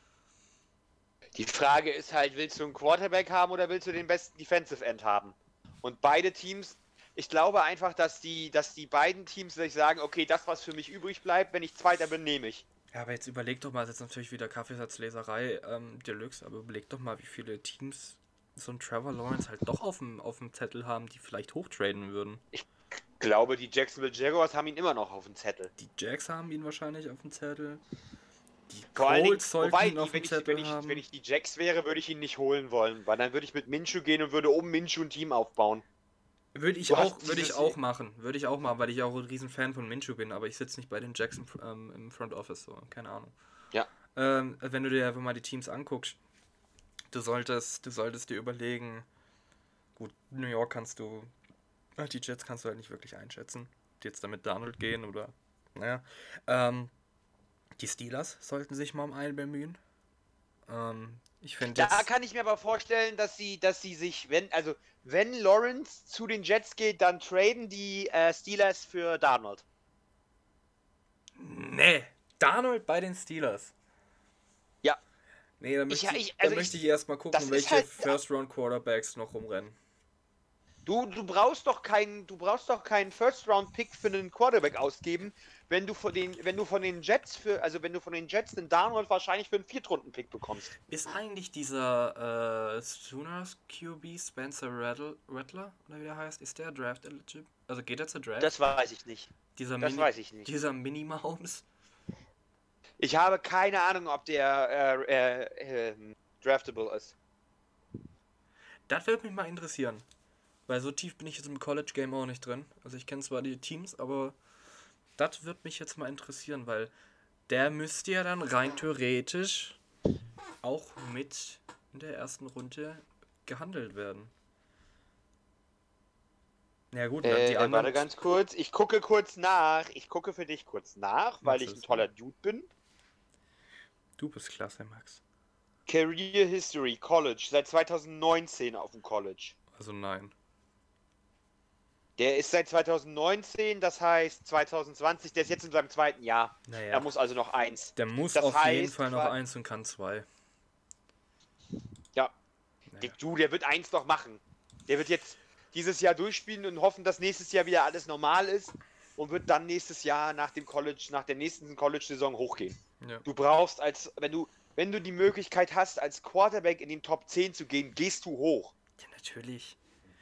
Die Frage ist halt, willst du einen Quarterback haben oder willst du den besten Defensive End haben? Und beide Teams, ich glaube einfach, dass die, dass die beiden Teams sich sagen, okay, das, was für mich übrig bleibt, wenn ich Zweiter bin, nehme ich. Ja, aber jetzt überleg doch mal, das ist jetzt natürlich wieder Kaffeesatzleserei ähm, Deluxe, aber überleg doch mal, wie viele Teams so ein Trevor Lawrence halt doch auf dem, auf dem Zettel haben, die vielleicht hochtraden würden. Ich glaube, die Jacksonville Jaguars haben ihn immer noch auf dem Zettel. Die Jacks haben ihn wahrscheinlich auf dem Zettel. Die Vor allen Dingen, Colts sollten wobei, ihn auf die, wenn, dem ich, Zettel wenn, ich, haben. wenn ich die Jacks wäre, würde ich ihn nicht holen wollen, weil dann würde ich mit Minshew gehen und würde um Minshew ein Team aufbauen. Würde ich Du auch, hast würde ich dieses- auch machen. Würde ich auch machen, weil ich auch ein riesen Fan von Minshew bin, aber ich sitze nicht bei den Jacks im, ähm, im Front Office, so, keine Ahnung. Ja. Ähm, wenn du dir einfach mal die Teams anguckst, du solltest, du solltest dir überlegen, gut, New York kannst du, äh, die Jets kannst du halt nicht wirklich einschätzen, die jetzt damit Donald gehen oder, naja. Ähm, die Steelers sollten sich mal um einen bemühen. Ähm, ich finde Da jetzt... kann ich mir aber vorstellen, dass sie, dass sie sich, wenn, also wenn Lawrence zu den Jets geht, dann traden die äh, Steelers für Darnold. Nee, Darnold bei den Steelers. Ja. Nee, da möchte Ich- ich, ich- da also möchte ich- ich erstmal gucken, das ist welche halt- First-Round-Quarterbacks noch rumrennen. Du, du brauchst doch keinen, du brauchst doch keinen First-Round-Pick für einen Quarterback ausgeben, wenn du von den, wenn du von den Jets für, also wenn du von den Jets einen Darnold wahrscheinlich für einen Viertrunden-Pick bekommst. Ist eigentlich dieser äh, Sooners Q B Spencer Rattler, Rattler, oder wie der heißt, ist der Draft eligible? Also geht er zur Draft? Das weiß ich nicht. Dieser Das Mini, weiß ich nicht. Dieser Mini-Mahomes? Ich habe keine Ahnung, ob der äh, äh, äh, draftable ist. Das würde mich mal interessieren. Weil so tief bin ich jetzt im College-Game auch nicht drin. Also ich kenne zwar die Teams, aber das würde mich jetzt mal interessieren, weil der müsste ja dann rein theoretisch auch mit in der ersten Runde gehandelt werden. Ja gut, Äh, die anderen... Warte ganz kurz. Ich gucke kurz nach. Ich gucke für dich kurz nach, weil ich ein toller Dude bin. Du bist klasse, Max. Career History, College, seit zweitausendneunzehn auf dem College. Also nein. Der ist seit zweitausendneunzehn, das heißt zweitausendzwanzig, der ist jetzt in seinem zweiten Jahr. Naja. Da muss also noch eins. Der muss das auf heißt, jeden Fall noch eins und kann zwei. Ja. Naja. Du, der wird eins noch machen. Der wird jetzt dieses Jahr durchspielen und hoffen, dass nächstes Jahr wieder alles normal ist und wird dann nächstes Jahr nach dem College, nach der nächsten College-Saison hochgehen. Ja. Du brauchst als, wenn du, wenn du die Möglichkeit hast, als Quarterback in den Top zehn zu gehen, gehst du hoch. Ja, natürlich.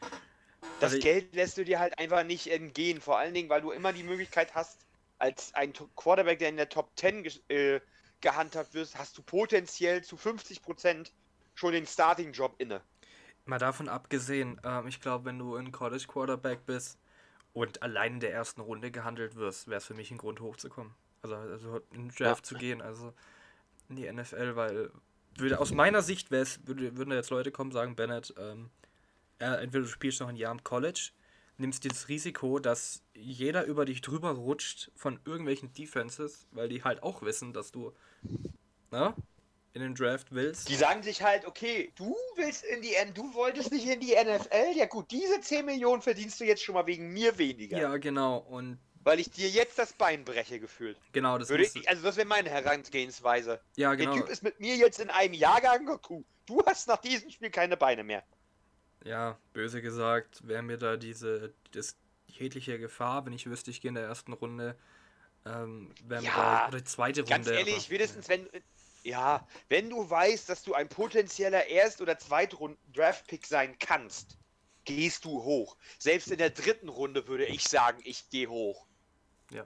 Das Also Geld lässt du dir halt einfach nicht entgehen, vor allen Dingen, weil du immer die Möglichkeit hast, als ein Quarterback, der in der Top zehn ge äh, gehandhabt wird, hast du potenziell zu fünfzig Prozent schon den Starting-Job inne. Mal davon abgesehen, ähm, ich glaube, wenn du ein College Quarterback bist und allein in der ersten Runde gehandelt wirst, wäre es für mich ein Grund hochzukommen. Also, also in den Draft ja. zu gehen, also in die N F L, weil würde aus meiner Sicht wär's, würde, würden da jetzt Leute kommen, sagen, Bennett, ähm, äh, entweder du spielst noch ein Jahr im College, nimmst dieses Risiko, dass jeder über dich drüber rutscht von irgendwelchen Defenses, weil die halt auch wissen, dass du na, in den Draft willst. Die sagen sich halt, okay, du willst in die N, du wolltest nicht in die N F L, ja gut, diese zehn Millionen verdienst du jetzt schon mal wegen mir weniger. Ja, genau, und weil ich dir jetzt das Bein breche, gefühlt. Genau, das Würde ich, Also das wäre meine Herangehensweise. Ja, genau. Der Typ ist mit mir jetzt in einem Jahrgang, du hast nach diesem Spiel keine Beine mehr. Ja, böse gesagt, wäre mir da diese das, jegliche Gefahr, wenn ich wüsste, ich gehe in der ersten Runde, ähm, wäre ja, mir da, oder die zweite ganz Runde. Ganz ehrlich, aber, wenigstens ja. wenn, ja, wenn du weißt, dass du ein potenzieller Erst- oder Zweitrunden-Draft-Pick sein kannst, gehst du hoch. Selbst in der dritten Runde würde ich sagen, ich gehe hoch. Ja.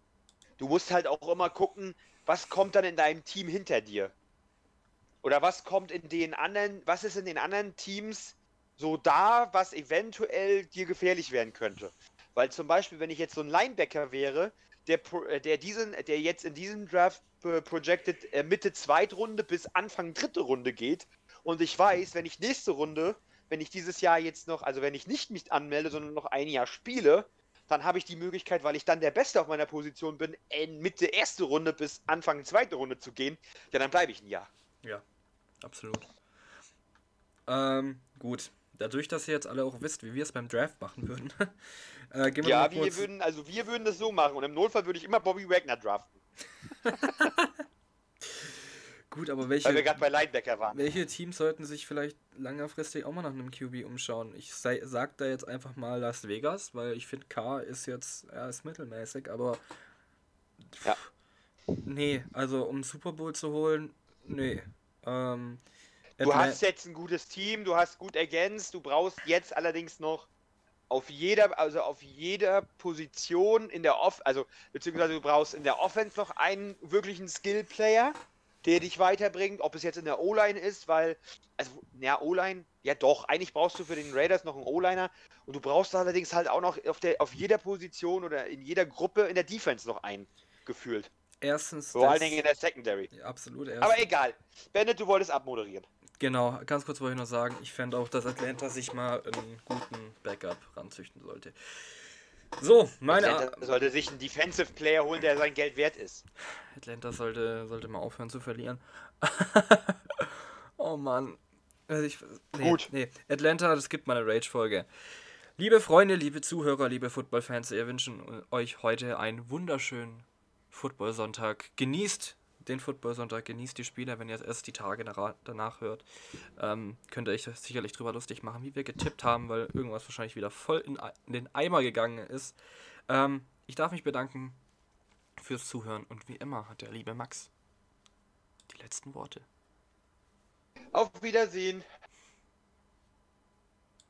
Du musst halt auch immer gucken, was kommt dann in deinem Team hinter dir? Oder was kommt in den anderen, was ist in den anderen Teams so da, was eventuell dir gefährlich werden könnte? Weil zum Beispiel, wenn ich jetzt so ein Linebacker wäre, der, der, diesen, der jetzt in diesem Draft projected äh, Mitte Zweitrunde bis Anfang dritte Runde geht und ich weiß, wenn ich nächste Runde, wenn ich dieses Jahr jetzt noch, also wenn ich nicht mich anmelde, sondern noch ein Jahr spiele, dann habe ich die Möglichkeit, weil ich dann der Beste auf meiner Position bin, in Mitte erste Runde bis Anfang zweite Runde zu gehen, ja, dann bleibe ich ein Jahr. Ja, absolut. Ähm, gut. Dadurch, dass ihr jetzt alle auch wisst, wie wir es beim Draft machen würden. äh, gehen wir ja, mal wir kurz... würden, also wir würden das so machen und im Notfall würde ich immer Bobby Wagner draften. Gut, aber welche... Weil wir gerade bei Linebacker waren. Welche Teams sollten sich vielleicht längerfristig auch mal nach einem Q B umschauen? Ich sei, sag da jetzt einfach mal Las Vegas, weil ich finde, K ist jetzt, er ist mittelmäßig, aber... Ja. Nee, also um Super Bowl zu holen, nee. Ähm... Du hast jetzt ein gutes Team, du hast gut ergänzt, du brauchst jetzt allerdings noch auf jeder, also auf jeder Position in der Off, also beziehungsweise du brauchst in der Offense noch einen wirklichen Skill-Player, der dich weiterbringt, ob es jetzt in der O-Line ist, weil, also, ja, O-Line, ja doch, eigentlich brauchst du für den Raiders noch einen O-Liner und du brauchst allerdings halt auch noch auf der, auf jeder Position oder in jeder Gruppe in der Defense noch einen, gefühlt. Erstens. Vor allen Dingen in der Secondary. Ja, absolut. Erstens. Aber egal. Bennett, du wolltest abmoderieren. Genau, ganz kurz wollte ich noch sagen, ich fände auch, dass Atlanta sich mal einen guten Backup ranzüchten sollte. So, meine... Atlanta sollte sich einen Defensive Player holen, der sein Geld wert ist. Atlanta sollte, sollte mal aufhören zu verlieren. Oh Mann. Also ich, nee, Gut. Nee, Atlanta, das gibt mal eine Rage-Folge. Liebe Freunde, liebe Zuhörer, liebe Football-Fans, wir wünschen euch heute einen wunderschönen Football-Sonntag. Genießt den Football-Sonntag, genießt die Spiele, wenn ihr es erst die Tage danach hört. Ähm, könnt ihr euch sicherlich drüber lustig machen, wie wir getippt haben, weil irgendwas wahrscheinlich wieder voll in, in den Eimer gegangen ist. Ähm, ich darf mich bedanken fürs Zuhören und wie immer hat der liebe Max die letzten Worte. Auf Wiedersehen.